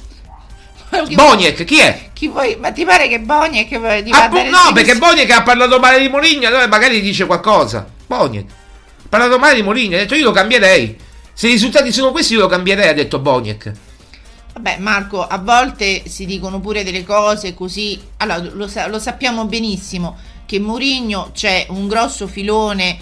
Boniek, chi è? Chi vuoi? Ma ti pare che Boniek gli va a dare no, perché Boniek ha parlato male di Mourinho, allora magari dice qualcosa. Boniek ha parlato male di Mourinho, ha detto io lo cambierei. Se i risultati sono questi io lo cambierei, ha detto Boniek. Vabbè Marco, a volte si dicono pure delle cose così. Allora lo, lo sappiamo benissimo che Mourinho c'è un grosso filone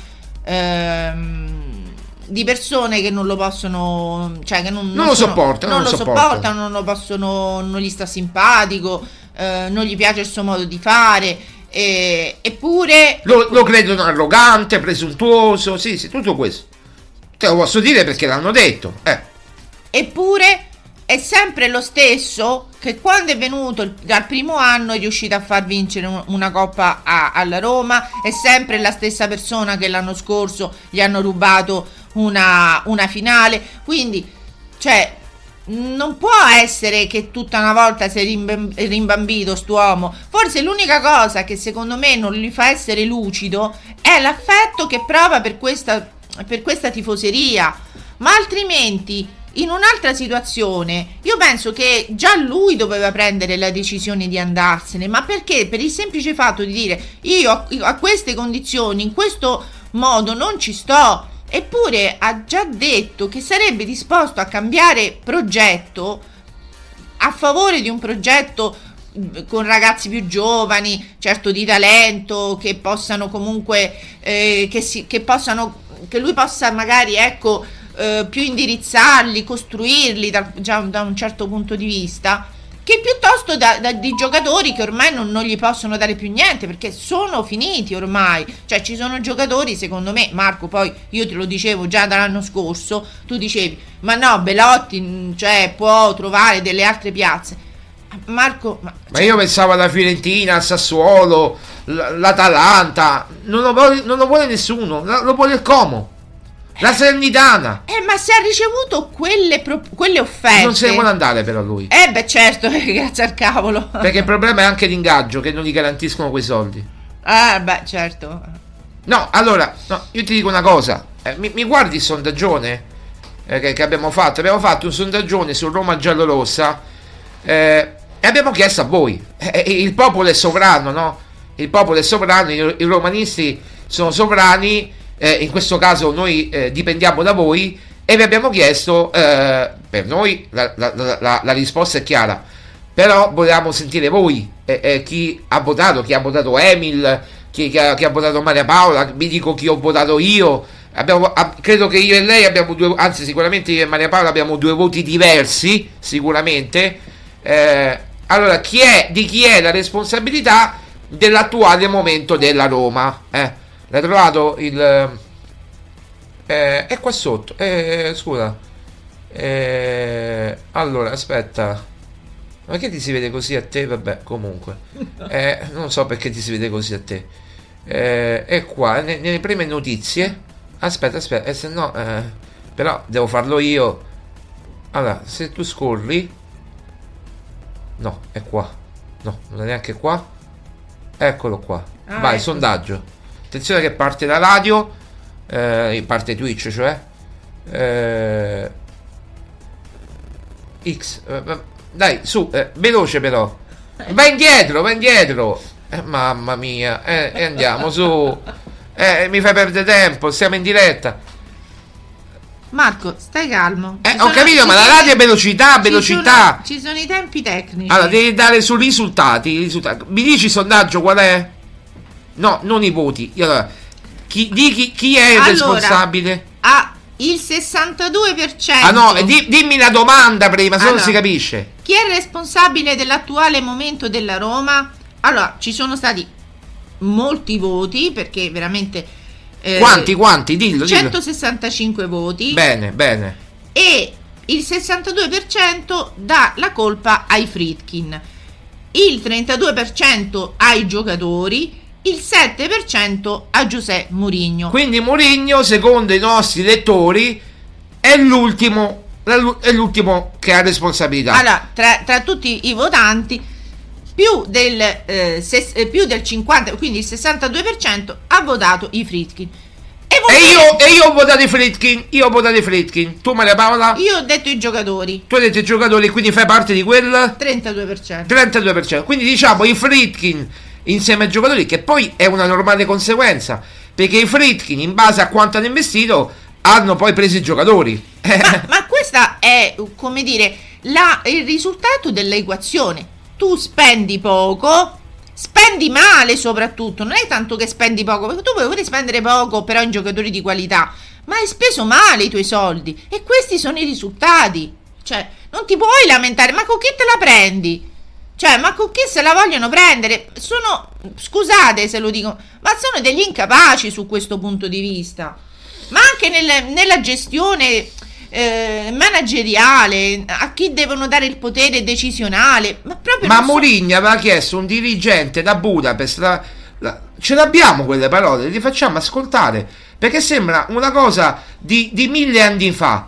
ehm, di persone che non lo possono, cioè che non, non, non lo sono, sopportano, non, non lo sopportano, sopportano, non lo possono, non gli sta simpatico, eh, non gli piace il suo modo di fare, eh, eppure lo, lo credono arrogante, presuntuoso, sì, sì, tutto questo. Te lo posso dire perché l'hanno detto, eh. Eppure è sempre lo stesso che quando è venuto il, dal primo anno è riuscito a far vincere un, una coppa a, alla Roma, è sempre la stessa persona che l'anno scorso gli hanno rubato una, una finale, quindi cioè non può essere che tutta una volta si è rimbambito st'uomo. Forse l'unica cosa che secondo me non gli fa essere lucido è l'affetto che prova per questa, per questa tifoseria, ma altrimenti in un'altra situazione io penso che già lui doveva prendere la decisione di andarsene, ma perché? Per il semplice fatto di dire io a queste condizioni, in questo modo non ci sto. Eppure ha già detto che sarebbe disposto a cambiare progetto a favore di un progetto con ragazzi più giovani, certo di talento, che possano comunque eh, che, si, che possano che lui possa magari ecco eh, più indirizzarli, costruirli da, già da un certo punto di vista, che piuttosto da, da, di giocatori che ormai non, non gli possono dare più niente perché sono finiti ormai. Cioè ci sono giocatori, secondo me, Marco, poi io te lo dicevo già dall'anno scorso, tu dicevi ma no, Belotti cioè può trovare delle altre piazze. Marco, ma, ma io pensavo alla Fiorentina, al Sassuolo, l- l'Atalanta, non lo, vuole, non lo vuole nessuno, lo vuole il Como, la Salernitana. Eh, ma se ha ricevuto quelle, pro- quelle offerte non se ne vuole andare però lui. Eh beh certo, grazie al cavolo. Perché il problema è anche l'ingaggio, che non gli garantiscono quei soldi. Ah beh certo. No, allora, no, io ti dico una cosa, eh, mi, mi guardi il sondaggione eh, che, che abbiamo fatto? Abbiamo fatto un sondaggione su Roma giallorossa eh, e abbiamo chiesto a voi, eh, il popolo è sovrano, no? Il popolo è sovrano, i, i romanisti sono sovrani, eh, in questo caso noi eh, dipendiamo da voi e vi abbiamo chiesto, eh, per noi la, la, la, la risposta è chiara, però volevamo sentire voi, eh, eh, chi ha votato, chi ha votato Emil, chi, chi, ha, chi ha votato Maria Paola, vi dico chi ho votato io. Abbiamo, ab, credo che io e lei abbiamo due, anzi sicuramente io e Maria Paola abbiamo due voti diversi, sicuramente. Eh, allora, chi è, di chi è la responsabilità dell'attuale momento della Roma? Eh, l'hai trovato il... Eh, è qua sotto, eh, scusa. Eh, allora, aspetta. Ma che ti si vede così a te? Vabbè, comunque. Eh, non so perché ti si vede così a te. Eh, è qua, ne, nelle prime notizie. Aspetta, aspetta, eh, se no, eh, però devo farlo io. Allora, se tu scorri, no, è qua. No, non è neanche qua. Eccolo qua. Ah, vai, ecco. Sondaggio. Attenzione che parte la radio, eh, parte Twitch, cioè. Eh, X. Eh, dai, su, eh, veloce però. Vai indietro, vai indietro. Eh, mamma mia, eh, e andiamo su. Eh, mi fai perdere tempo, siamo in diretta. Marco, stai calmo. Eh, ho capito, ma la radio è velocità, velocità. Ci sono, ci sono i tempi tecnici. Allora, devi dare sui risultati, i risultati. Mi dici il sondaggio qual è? No, non i voti. Allora, chi, di chi, chi è il allora, responsabile? Ah, il sessantadue per cento. Ah no, di, dimmi la domanda prima, se allora, non si capisce. Chi è responsabile dell'attuale momento della Roma? Allora, ci sono stati molti voti, perché veramente eh, quanti quanti dillo, dillo centosessantacinque voti. Bene, bene. E il sessantadue per cento dà la colpa ai Friedkin, il trentadue per cento ai giocatori, il sette per cento a José Mourinho. Quindi Mourinho, secondo i nostri lettori, è l'ultimo è l'ultimo che ha responsabilità. Allora, tra, tra tutti i votanti più del, eh, ses, eh, più del cinquanta, quindi il sessantadue per cento ha votato i Friedkin. E, e, io, e io ho votato i Friedkin. Io ho votato i Friedkin. Tu, Maria Paola? Io ho detto i giocatori. Tu hai detto i giocatori, quindi fai parte di quel trentadue per cento. trentadue per cento. Quindi diciamo i Friedkin insieme ai giocatori, che poi è una normale conseguenza, perché i Friedkin, in base a quanto hanno investito, hanno poi preso i giocatori. Ma, ma questa è, come dire, la, il risultato dell'equazione. Tu spendi poco, spendi male soprattutto, non è tanto che spendi poco, perché tu puoi pure spendere poco però in giocatori di qualità, ma hai speso male i tuoi soldi e questi sono i risultati. Cioè, non ti puoi lamentare, ma con chi te la prendi? Cioè, ma con chi se la vogliono prendere? Sono, scusate se lo dico, ma sono degli incapaci su questo punto di vista, ma anche nel, nella gestione Eh, manageriale, a chi devono dare il potere decisionale. Ma proprio ma Mourinho so... aveva chiesto un dirigente da Budapest, la, la, ce l'abbiamo quelle parole, li facciamo ascoltare, perché sembra una cosa di, di mille anni fa.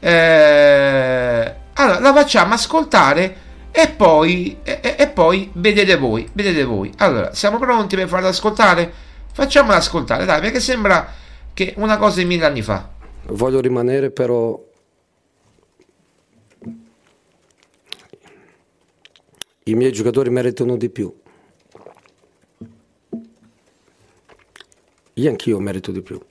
Eh, allora la facciamo ascoltare e poi e, e poi vedete voi, vedete voi. Allora, siamo pronti per farla ascoltare? Facciamola ascoltare, dai, perché sembra che una cosa di mille anni fa. Voglio rimanere, però i miei giocatori meritano di più. Io anch'io merito di più.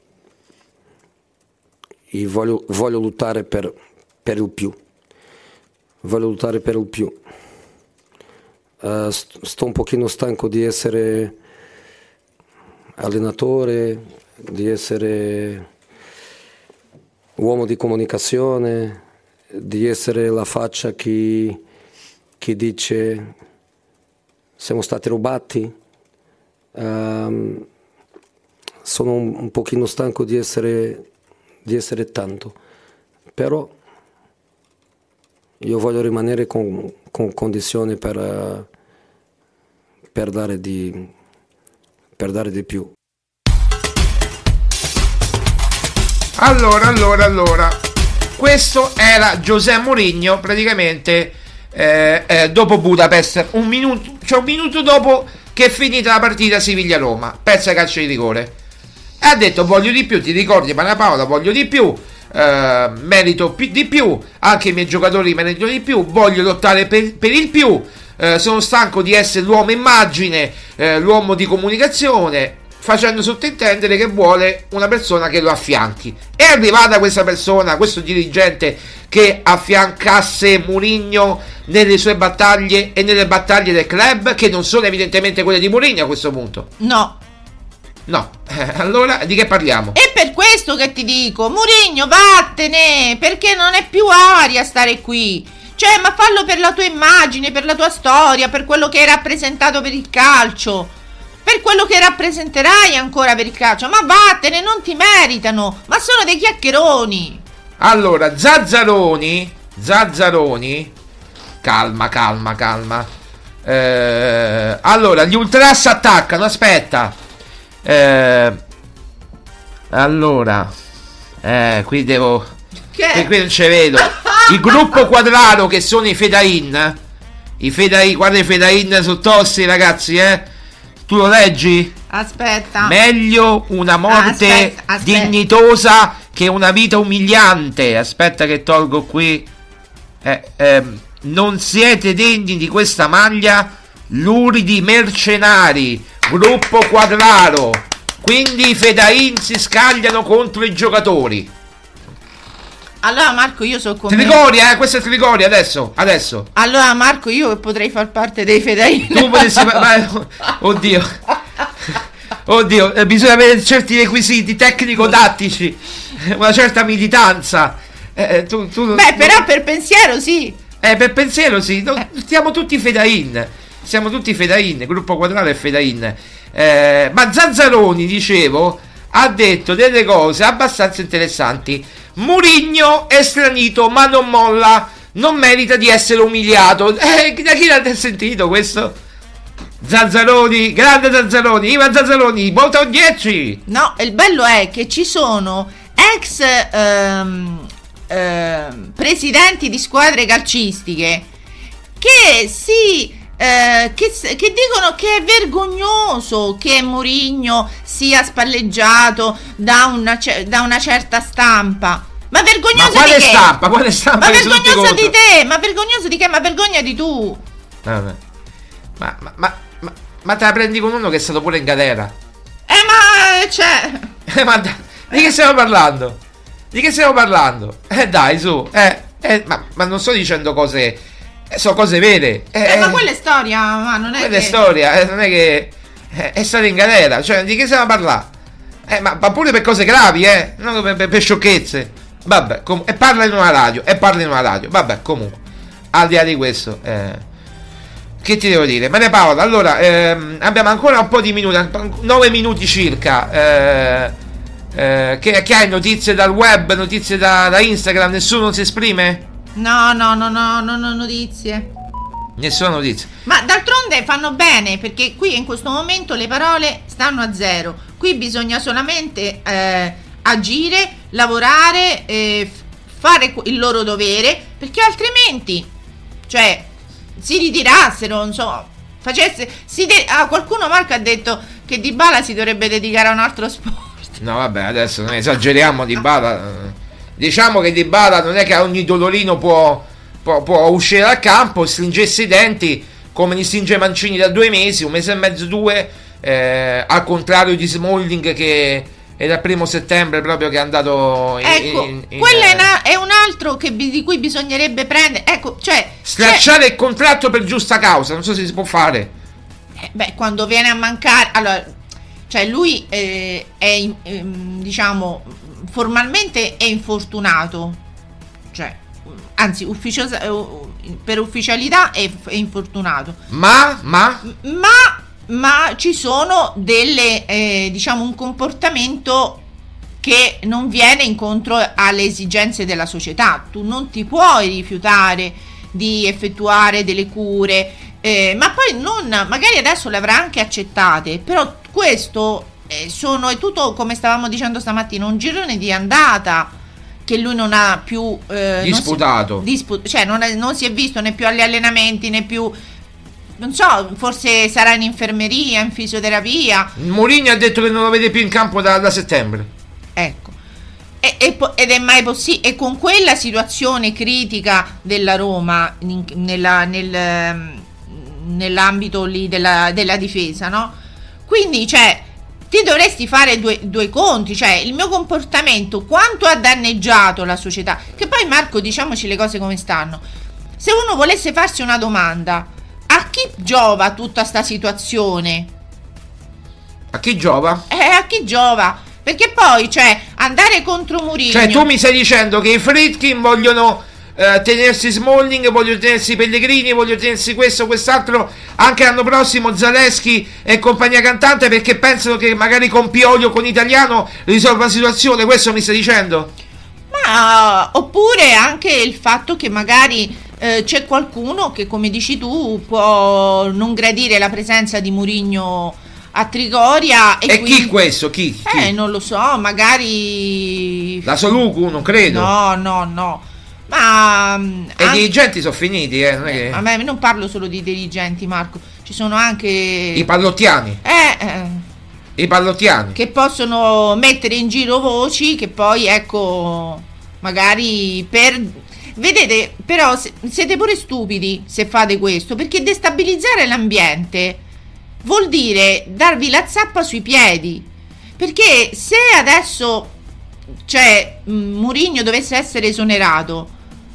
E voglio, voglio lottare per, per il più. Voglio lottare per il più. Uh, sto un pochino stanco di essere allenatore, di essere uomo di comunicazione, di essere la faccia che, che dice siamo stati rubati. Um, sono un, un pochino stanco di essere, di essere tanto, però io voglio rimanere con, con condizioni per, uh, per, dare di, per dare di più. Allora, allora, allora, questo era José Mourinho praticamente eh, eh, dopo Budapest, un minuto, cioè un minuto dopo che è finita la partita Siviglia-Roma, persa calcio di rigore. E ha detto voglio di più, ti ricordi Maria Paola, voglio di più, eh, merito più, di più, anche i miei giocatori meritano di più, voglio lottare per, per il più, eh, sono stanco di essere l'uomo immagine, eh, l'uomo di comunicazione. facendo sottintendere che vuole una persona che lo affianchi. È arrivata questa persona, questo dirigente che affiancasse Mourinho nelle sue battaglie e nelle battaglie del club, che non sono evidentemente quelle di Mourinho a questo punto? No. No, eh, allora di che parliamo? È per questo che ti dico, Mourinho, vattene, perché non è più aria stare qui. Cioè, ma fallo per la tua immagine, per la tua storia, per quello che hai rappresentato per il calcio, per quello che rappresenterai ancora per il calcio. Ma vattene, non ti meritano, ma sono dei chiacchieroni. Allora, Zazzaroni, Zazzaroni, calma, calma, calma. Eh, allora, gli ultras attaccano, aspetta. Eh, allora, eh, qui devo. Che? Qui, qui non ci vedo. Il gruppo Quadraro, che sono i Fedain. I Fedain, guarda, i Fedain sono tossi, ragazzi, eh. Tu lo leggi? Aspetta. Meglio una morte aspetta, aspetta. dignitosa che una vita umiliante. Aspetta che tolgo qui. Eh, ehm, non siete degni di questa maglia, luridi mercenari. Gruppo Quadraro. Quindi i Fedain si scagliano contro i giocatori. Allora Marco, io so come. Trigoria, eh, questo è Trigoria adesso, adesso. Allora Marco, io potrei far parte dei Fedain. Tu potessi ma, oddio. Oddio, eh, bisogna avere certi requisiti tecnico-tattici, una certa militanza. Eh, tu, tu, Beh, tu, però per pensiero sì. Eh, per pensiero sì. No, siamo tutti Fedain. Siamo tutti Fedain, gruppo Quadraro e Fedain. Eh, ma Zazzaroni, dicevo, ha detto delle cose abbastanza interessanti. Mourinho è stranito ma non molla, non merita di essere umiliato. Eh, da chi l'ha sentito questo? Zazzaroni, grande Zazzaroni, Ivan Zazzaroni, vota un dieci. No, il bello è che ci sono ex ehm, ehm, presidenti di squadre calcistiche che si eh, che, che dicono che è vergognoso che Mourinho sia spalleggiato da una, da una certa stampa. Ma vergognoso ma quale di che? Stampa? Quale stampa? Ma vergognoso di te, ma vergognoso di che? Ma vergogna di tu. Vabbè. Ma, ma, ma, ma, ma te la prendi con uno che è stato pure in galera? Eh ma c'è eh, ma da, di che stiamo parlando? Di che stiamo parlando? Eh dai, su. Eh, eh ma, ma non sto dicendo cose. Eh, sono cose vere. Eh, eh, ma quella è storia, ma non è quella che... è storia, eh, non è che eh, è stato in galera. Cioè, di che stiamo a parlare? Eh, ma, ma pure per cose gravi, eh. Non per, per, per sciocchezze. Vabbè, com- e parla in una radio. E parla in una radio. Vabbè, comunque. Al di là di questo, eh. Che ti devo dire? Maria Paola, allora ehm, abbiamo ancora un po' di minuti, nove minuti circa. Eh, eh, che, che hai notizie dal web, notizie da, da Instagram? Nessuno si esprime? No, no, no, no, non ho notizie. Nessuna notizia. Ma d'altronde fanno bene, perché qui in questo momento le parole stanno a zero. Qui bisogna solamente eh, agire, lavorare, eh, fare il loro dovere, perché altrimenti, cioè, si ritirassero, non so, facesse, si de- ah, qualcuno Marco ha detto che Dybala si dovrebbe dedicare a un altro sport. No vabbè, adesso non esageriamo. Dybala, diciamo che Dybala non è che a ogni dolorino può, può, può uscire dal campo, stringesse i denti come li stringe Mancini da due mesi, un mese e mezzo, due, eh, al contrario di Smalling che era il primo settembre proprio che è andato in, ecco, in, in, quello è, una, è un altro che, di cui bisognerebbe prendere, ecco, cioè stracciare il contratto per giusta causa, non so se si può fare. Eh, beh, quando viene a mancare, allora, cioè lui eh, è eh, diciamo formalmente è infortunato, cioè anzi ufficiosa, per ufficialità è, è infortunato, ma ma ma ma ci sono delle eh, diciamo un comportamento che non viene incontro alle esigenze della società. Tu non ti puoi rifiutare di effettuare delle cure, eh, ma poi non, magari adesso le avrà anche accettate, però questo eh, sono, è tutto, come stavamo dicendo stamattina, un girone di andata che lui non ha più eh, disputato, non si, dispu- cioè non, è, non si è visto né più agli allenamenti né più, non so, forse sarà in infermeria, in fisioterapia. Mourinho ha detto che non lo vede più in campo da, da settembre. Ecco. E, e, ed è mai possibile? E con quella situazione critica della Roma in, nella, nel, nell'ambito lì della, della difesa, no? Quindi, cioè, ti dovresti fare due, due conti, cioè il mio comportamento quanto ha danneggiato la società, che poi Marco, diciamoci le cose come stanno, se uno volesse farsi una domanda, a chi giova tutta sta situazione? A chi giova? Eh, a chi giova? Perché poi, cioè, andare contro Mourinho, cioè tu mi stai dicendo che i Friedkin vogliono Uh, tenersi Smalling, voglio tenersi Pellegrini, voglio tenersi questo, quest'altro anche l'anno prossimo, Zaleschi e compagnia cantante, perché pensano che magari con Pioli o con Italiano risolva la situazione. Questo mi stai dicendo? Ma oppure anche il fatto che magari eh, c'è qualcuno che, come dici tu, può non gradire la presenza di Mourinho a Trigoria. E, e quindi... chi questo? Chi? chi? Eh, non lo so, magari la Soluku, non credo. No, no, no. Ma e i anche... dirigenti sono finiti, eh, non è che... A me non parlo solo di dirigenti, Marco, ci sono anche i pallottiani. Eh, eh I pallottiani che possono mettere in giro voci che poi, ecco, magari per vedete, però se, siete pure stupidi se fate questo, perché destabilizzare l'ambiente vuol dire darvi la zappa sui piedi, perché se adesso, cioè, Mourinho dovesse essere esonerato,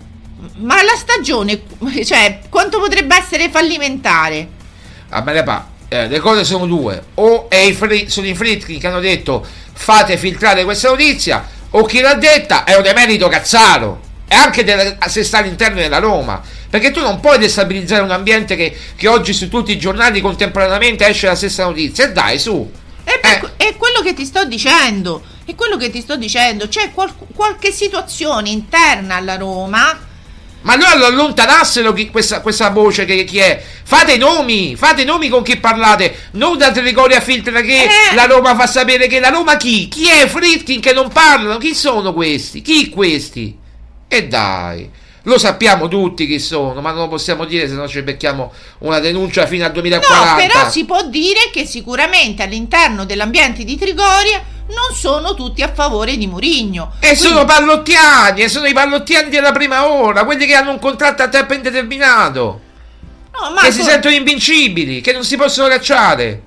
ma la stagione, cioè, quanto potrebbe essere fallimentare? A me ne pa, eh, le cose sono due: o è i fri- sono i Friedkin che hanno detto fate filtrare questa notizia, o chi l'ha detta è un emerito cazzaro, e anche della, se sta all'interno della Roma, perché tu non puoi destabilizzare un ambiente che, che oggi su tutti i giornali contemporaneamente esce la stessa notizia. E dai, su, è, per, eh. è quello che ti sto dicendo, è quello che ti sto dicendo, c'è qual- qualche situazione interna alla Roma. Ma allora lo allontanassero chi, questa, questa voce che chi è? Fate i nomi, fate i nomi con chi parlate, non da Trigoria filtra che eh. la Roma fa sapere che la Roma chi? Chi è Friedkin che non parlano? Chi sono questi? Chi questi? E dai, lo sappiamo tutti chi sono, ma non lo possiamo dire, se no ci becchiamo una denuncia fino al duemilaquaranta. No, però si può dire che sicuramente all'interno dell'ambiente di Trigoria non sono tutti a favore di Mourinho. E quindi... sono pallottiani, e sono i pallottiani della prima ora, quelli che hanno un contratto a tempo indeterminato, no, Marco... che si sentono invincibili, che non si possono cacciare.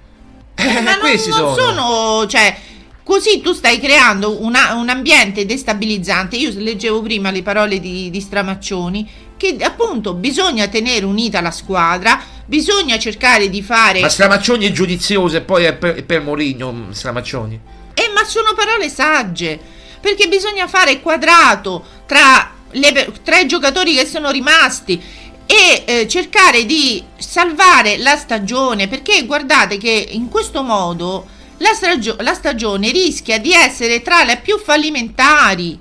Eh, ma questi non, non sono... sono, cioè, così tu stai creando una, un ambiente destabilizzante. Io leggevo prima le parole di, di Stramaccioni, che appunto bisogna tenere unita la squadra, bisogna cercare di fare... Ma Stramaccioni è giudizioso, e poi è per, per Mourinho Stramaccioni. Eh, ma sono parole sagge, perché bisogna fare quadrato tra, le, tra i giocatori che sono rimasti e eh, cercare di salvare la stagione, perché guardate che in questo modo la, stagio- la stagione rischia di essere tra le più fallimentari,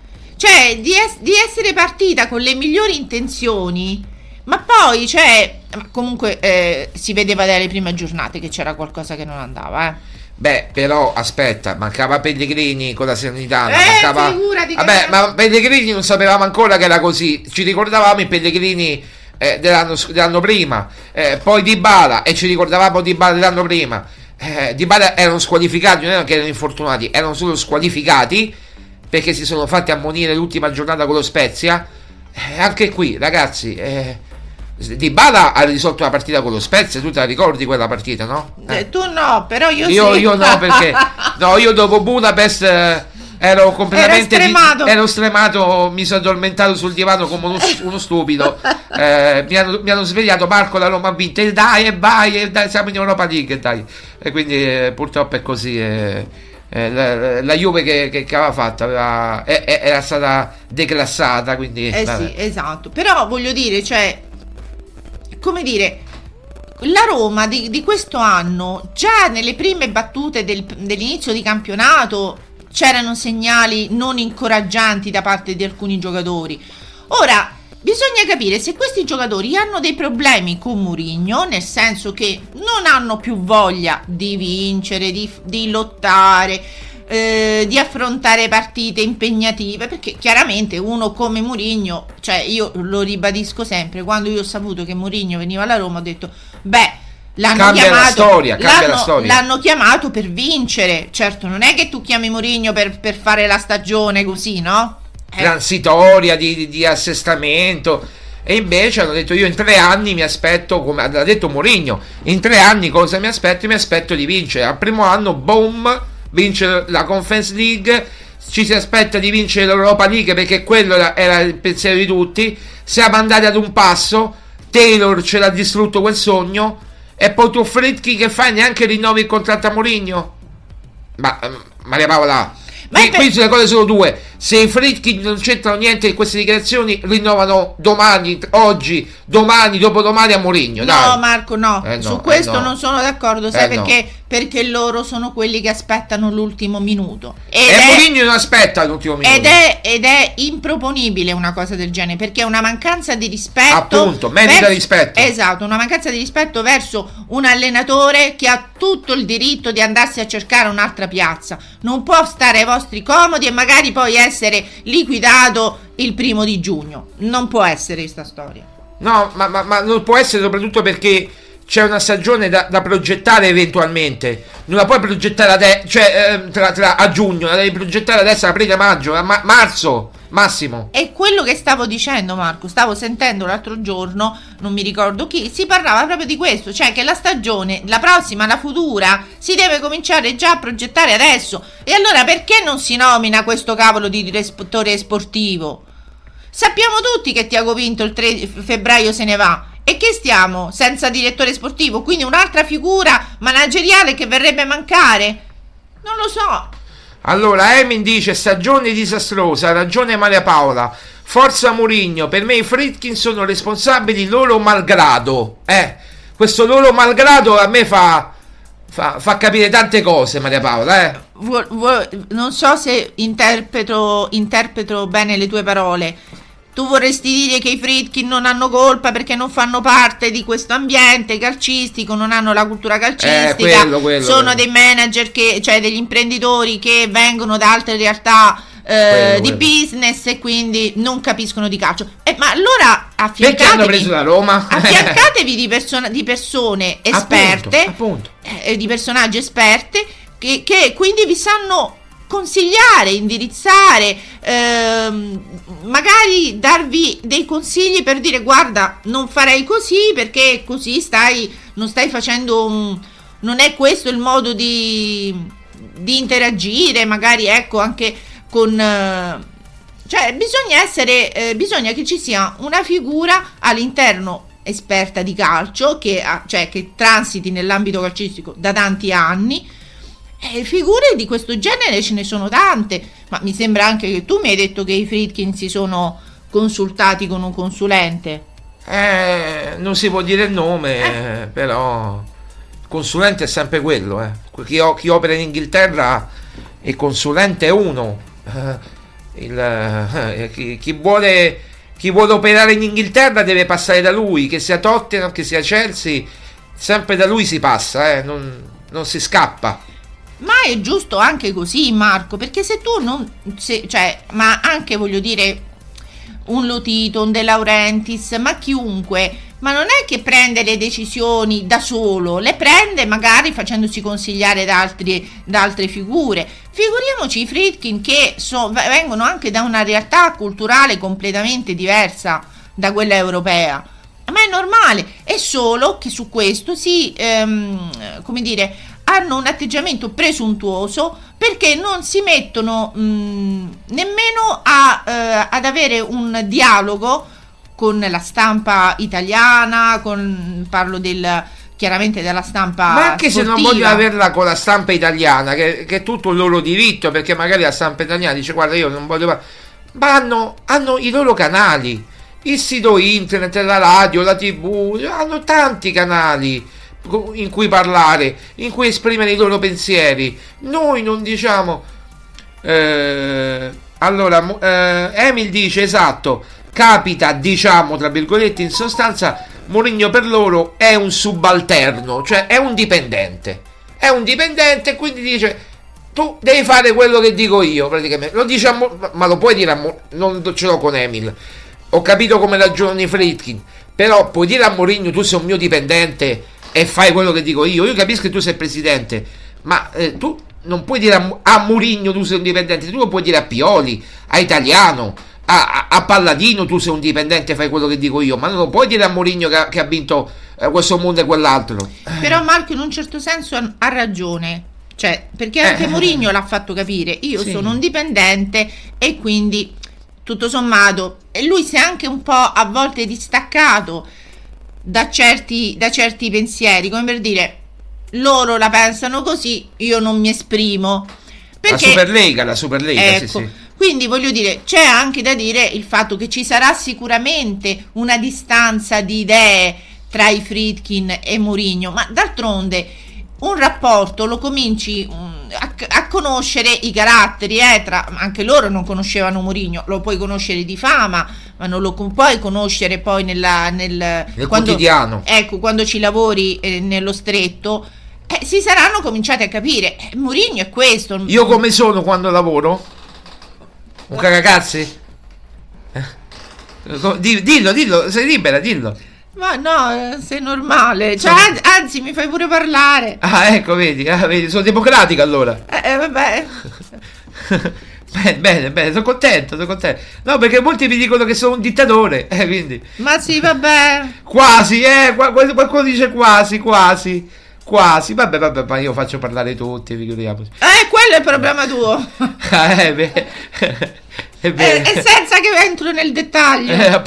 cioè di, es- di essere partita con le migliori intenzioni, ma poi, cioè, comunque eh, si vedeva dalle prime giornate che c'era qualcosa che non andava, eh. Beh, però aspetta, mancava Pellegrini con la Salernitana, eh, mancava... vabbè, che... ma Pellegrini non sapevamo ancora che era così, ci ricordavamo i Pellegrini eh, dell'anno, dell'anno prima, eh, poi Dybala, e ci ricordavamo Dybala dell'anno prima. eh, Dybala erano squalificati, non erano che erano infortunati, erano solo squalificati perché si sono fatti ammonire l'ultima giornata con lo Spezia. Eh, anche qui, ragazzi, eh, Dybala ha risolto la partita con lo Spezia, tu te la ricordi quella partita, no? Eh. Eh, tu no, però io, io sì. Io no, perché no, io dopo Budapest eh, ero completamente ero stremato. Di, ero stremato, mi sono addormentato sul divano come uno, uno stupido. eh, mi, hanno, mi hanno svegliato: Marco, la Roma ha vinto, e dai, e vai, e dai, siamo in Europa League, dai. E quindi eh, purtroppo è così. Eh, eh, la, la Juve che, che, che aveva fatto aveva, eh, era stata declassata, quindi eh vabbè. Sì, esatto. Però voglio dire, cioè, come dire, la Roma di, di questo anno, già nelle prime battute del, dell'inizio di campionato c'erano segnali non incoraggianti da parte di alcuni giocatori. Ora bisogna capire se questi giocatori hanno dei problemi con Mourinho, nel senso che non hanno più voglia di vincere, di, di lottare, eh, di affrontare partite impegnative, perché chiaramente uno come Mourinho, cioè io lo ribadisco sempre, quando io ho saputo che Mourinho veniva alla Roma ho detto beh, l'hanno cambia chiamato, la storia, cambia l'hanno, la storia. l'hanno chiamato per vincere, certo non è che tu chiami Mourinho per, per fare la stagione così, no? transitoria di, di, di assestamento, E invece hanno detto: io in tre anni mi aspetto, come ha detto Mourinho, in tre anni cosa mi aspetto? Mi aspetto di vincere. Al primo anno, boom, vince la Conference League, ci si aspetta di vincere l'Europa League, perché quello era, era il pensiero di tutti. Siamo andati ad un passo, Taylor ce l'ha distrutto quel sogno, e poi tu Friedkin che fai? Neanche rinnovi il contratto a Mourinho? Ma Maria Paola, Ma qui, per... qui sono le cose sono due. Se i Friedkin non c'entrano niente in queste dichiarazioni, rinnovano domani, oggi, domani, dopodomani a Mourinho. No, dai. Marco, no, Eh no, su questo eh no. non sono d'accordo, sai Eh perché? no. Perché loro sono quelli che aspettano l'ultimo minuto. Ed Ed e è... Mourinho non aspetta l'ultimo minuto. Ed è, ed è improponibile una cosa del genere, perché è una mancanza di rispetto. Appunto, merita verso, rispetto. Esatto, una mancanza di rispetto verso un allenatore che ha tutto il diritto di andarsi a cercare un'altra piazza. Non può stare ai vostri comodi e magari poi essere liquidato il primo di giugno. Non può essere questa storia. No, ma, ma, ma non può essere, soprattutto perché c'è una stagione da, da progettare eventualmente. Non la puoi progettare ade- cioè, eh, tra, tra, a giugno, la devi progettare adesso, aprile, maggio, a ma- marzo massimo. È quello che stavo dicendo, Marco. Stavo sentendo l'altro giorno, non mi ricordo chi, si parlava proprio di questo, cioè che la stagione, la prossima, la futura, si deve cominciare già a progettare adesso. E allora perché non si nomina questo cavolo di direttore sportivo? Sappiamo tutti che Tiago Pinto il tre febbraio se ne va. E che stiamo senza direttore sportivo? Quindi un'altra figura manageriale che verrebbe a mancare? Non lo so. Allora, Emin dice: stagione disastrosa, ha ragione Maria Paola. Forza Mourinho, per me i Friedkin sono responsabili loro malgrado. Eh, questo loro malgrado a me fa, fa, fa capire tante cose, Maria Paola, eh. Vu- vu- non so se interpreto, interpreto bene le tue parole. Tu vorresti dire che i Friedkin non hanno colpa perché non fanno parte di questo ambiente calcistico, non hanno la cultura calcistica, eh, quello, quello, sono quello. dei manager, che, cioè degli imprenditori che vengono da altre realtà eh, quello, di quello. business e quindi non capiscono di calcio. Eh, ma allora Perché hanno affiancatevi, preso la Roma? affiancatevi di, persona, di persone esperte, Appunto, appunto. eh, di personaggi esperte che, che quindi vi sanno consigliare, indirizzare, ehm, magari darvi dei consigli per dire: guarda, non farei così perché così stai, non stai facendo un, non è questo il modo di, di interagire, magari ecco anche con eh, cioè bisogna essere eh, bisogna che ci sia una figura all'interno esperta di calcio che, ha, cioè, che transiti nell'ambito calcistico da tanti anni. Eh, figure di questo genere ce ne sono tante, ma mi sembra anche che tu mi hai detto che i Friedkin si sono consultati con un consulente. Eh, non si può dire il nome, Eh. eh, però il consulente è sempre quello, eh. Chi, o- chi opera in Inghilterra, il consulente è uno. Eh, il, eh, chi, chi vuole chi vuole operare in Inghilterra deve passare da lui, che sia Tottenham, che sia Chelsea, sempre da lui si passa, eh, non, non si scappa. Ma è giusto anche così, Marco, perché se tu non se, cioè, ma anche voglio dire un Lotito, un De Laurentiis, ma chiunque, ma non è che prende le decisioni da solo, le prende magari facendosi consigliare da, altri, da altre figure. Figuriamoci i Friedkin che so, vengono anche da una realtà culturale completamente diversa da quella europea. Ma è normale, è solo che su questo si, ehm, come dire, hanno un atteggiamento presuntuoso perché non si mettono mh, nemmeno a, eh, ad avere un dialogo con la stampa italiana, con, parlo del, chiaramente della stampa Ma anche sportiva. se non vogliono averla con la stampa italiana, che, che è tutto il loro diritto, perché magari la stampa italiana dice: guarda, io non voglio, ma hanno, hanno i loro canali, il sito internet, la radio, la tv, hanno tanti canali in cui parlare, in cui esprimere i loro pensieri. Noi non diciamo eh, allora eh, Emil dice: esatto, capita, diciamo tra virgolette, in sostanza Mourinho per loro è un subalterno, cioè è un dipendente è un dipendente, quindi dice: tu devi fare quello che dico io, praticamente. Lo dice a Mo- ma lo puoi dire a Mo- non ce l'ho con Emil, ho capito come ragionano i Friedkin, però puoi dire a Mourinho: tu sei un mio dipendente e fai quello che dico io. Io capisco che tu sei presidente, ma eh, tu non puoi dire a, a Mourinho tu sei un dipendente, tu lo puoi dire a Pioli, a Italiano, a, a Palladino tu sei un dipendente, fai quello che dico io, ma non lo puoi dire a Mourinho che, che ha vinto eh, questo mondo e quell'altro. Però Marco in un certo senso ha, ha ragione, cioè, perché anche eh. Mourinho l'ha fatto capire, io sì. sono un dipendente e quindi tutto sommato, e lui si è anche un po' a volte distaccato da certi, da certi pensieri, come per dire, loro la pensano così, io non mi esprimo. Perché, la Superlega, la Superlega, ecco, sì, sì. Quindi voglio dire, c'è anche da dire il fatto che ci sarà sicuramente una distanza di idee tra i Friedkin e Mourinho, ma d'altronde un rapporto lo cominci um, a, a conoscere i caratteri, eh, tra, anche loro non conoscevano Mourinho, lo puoi conoscere di fama, ma non lo puoi conoscere poi nella, nel, nel quando, quotidiano. Ecco, quando ci lavori eh, nello stretto. Eh, si saranno cominciati a capire. Eh, Mourinho è questo. Io come sono quando lavoro? Un cagacazzi? Eh? Dillo, dillo, sei libera, dillo. Ma no, sei normale. Cioè, anzi, anzi, mi fai pure parlare. Ah, ecco, vedi, ah, vedi, sono democratica allora. Eh, vabbè. Bene, bene, bene, sono contento, sono contento. No, perché molti mi dicono che sono un dittatore, eh, quindi. Ma sì, vabbè. Quasi, eh, qualcuno dice quasi, quasi. Quasi, vabbè, vabbè, ma io faccio parlare tutti, figuriamoci. Eh, quello è il problema tuo. Ah, eh, beh, è vero. E, e senza che entro nel dettaglio. Eh,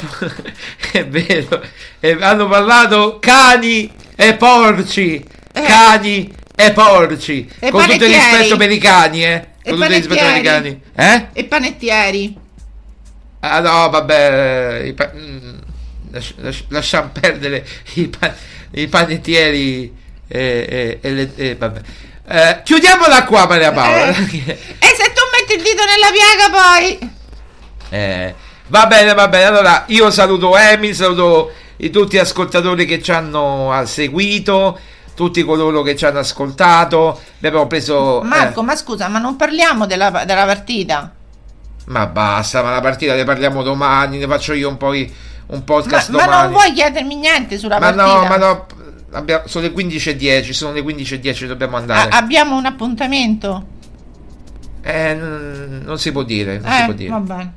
è vero. Eh, hanno parlato cani e porci. Eh. Cani e porci. E con tutto il rispetto per i cani, eh. Con tutto il rispetto per i cani. Eh? E panettieri. Ah, no, vabbè. I pa- lasci- lasci- lasciamo perdere i, pa- i panettieri. E, e, e, le, e vabbè. Eh, chiudiamola qua, Maria Paola. Eh, e se tu metti il dito nella piaga poi eh, va bene, va bene. Allora io saluto Emi, saluto i, tutti gli ascoltatori che ci hanno seguito, tutti coloro che ci hanno ascoltato. Abbiamo preso Marco, eh. ma scusa, ma non parliamo della, della partita? Ma basta, ma la partita ne parliamo domani, ne faccio io un po' un podcast ma, domani. Ma non vuoi chiedermi niente sulla ma partita? No, ma no, abbiamo, sono le quindici e dieci, sono le quindici e dieci, dobbiamo andare. A- abbiamo un appuntamento? Eh, n- non si può dire, non eh, si può dire. Va bene.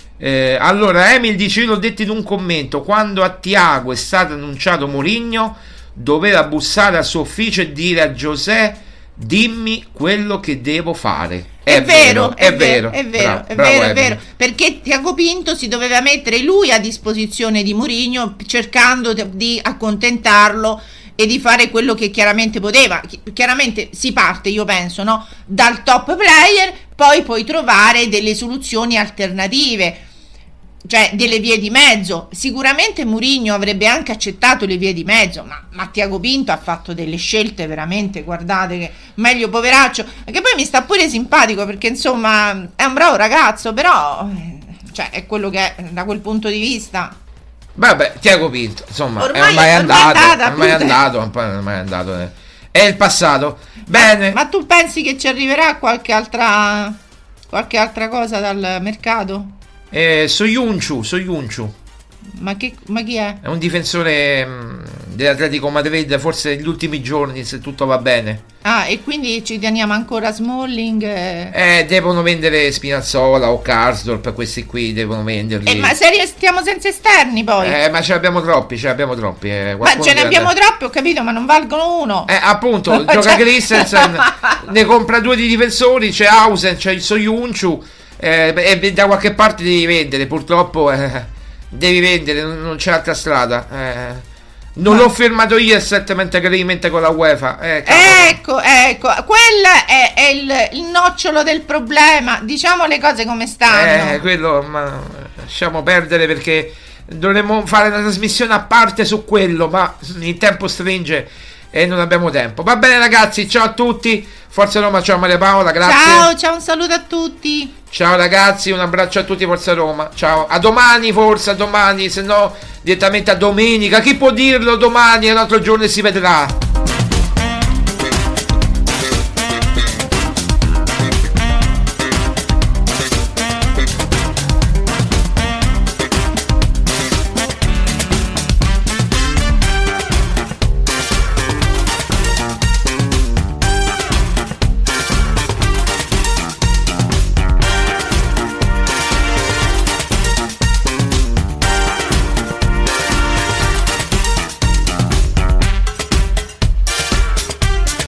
Eh, allora Emil dice: io l'ho detto in un commento, quando a Tiago è stato annunciato Mourinho doveva bussare al suo ufficio e dire a José: dimmi quello che devo fare. È, è vero, vero, è vero, è vero, bravo, è bravo vero, Emil. è vero, perché Tiago Pinto si doveva mettere lui a disposizione di Mourinho, cercando di accontentarlo e di fare quello che chiaramente poteva. Chiaramente si parte, io penso, no, dal top player, poi puoi trovare delle soluzioni alternative, cioè delle vie di mezzo. Sicuramente Mourinho avrebbe anche accettato le vie di mezzo, ma, ma Tiago Pinto ha fatto delle scelte veramente, guardate che meglio poveraccio, che poi mi sta pure simpatico perché insomma è un bravo ragazzo, però cioè è quello che è da quel punto di vista. Vabbè, Tiago Pinto, insomma, ormai, è ormai andato, andata, ormai è andato, ormai è andato, eh. È il passato. Bene. Ma, ma tu pensi che ci arriverà qualche altra qualche altra cosa dal mercato? Eh, Soyuncu, Soyuncu. Ma, che, ma chi è? È un difensore mh, dell'Atletico Madrid, forse negli ultimi giorni, se tutto va bene. Ah, e quindi ci teniamo ancora Smalling? E... Eh, devono vendere Spinazzola o Karsdorp, questi qui devono venderli. Eh, ma se stiamo senza esterni poi? Eh, ma ce ne abbiamo troppi, ce ne abbiamo troppi. Eh, ma ce ne abbiamo andare... troppi, ho capito, ma non valgono uno. Eh, appunto, gioca cioè... Christensen, ne compra due di difensori, c'è Hausen, c'è il Soyuncu, eh, e da qualche parte devi vendere, purtroppo... Eh, devi vendere, non c'è altra strada. Eh, non ma... l'ho firmato io il settlement agreement con la UEFA. Eh, ecco, ecco, quello è, è il, il nocciolo del problema. Diciamo le cose come stanno. Eh, quello, ma lasciamo perdere perché dovremmo fare una trasmissione a parte su quello, ma il tempo stringe e non abbiamo tempo. Va bene ragazzi, ciao a tutti. Forza Roma, ciao Maria Paola, grazie. Ciao, ciao, un saluto a tutti. Ciao ragazzi, un abbraccio a tutti, Forza Roma. Ciao, a domani forse, a domani, se no direttamente a domenica. Chi può dirlo domani, è un altro giorno e si vedrà.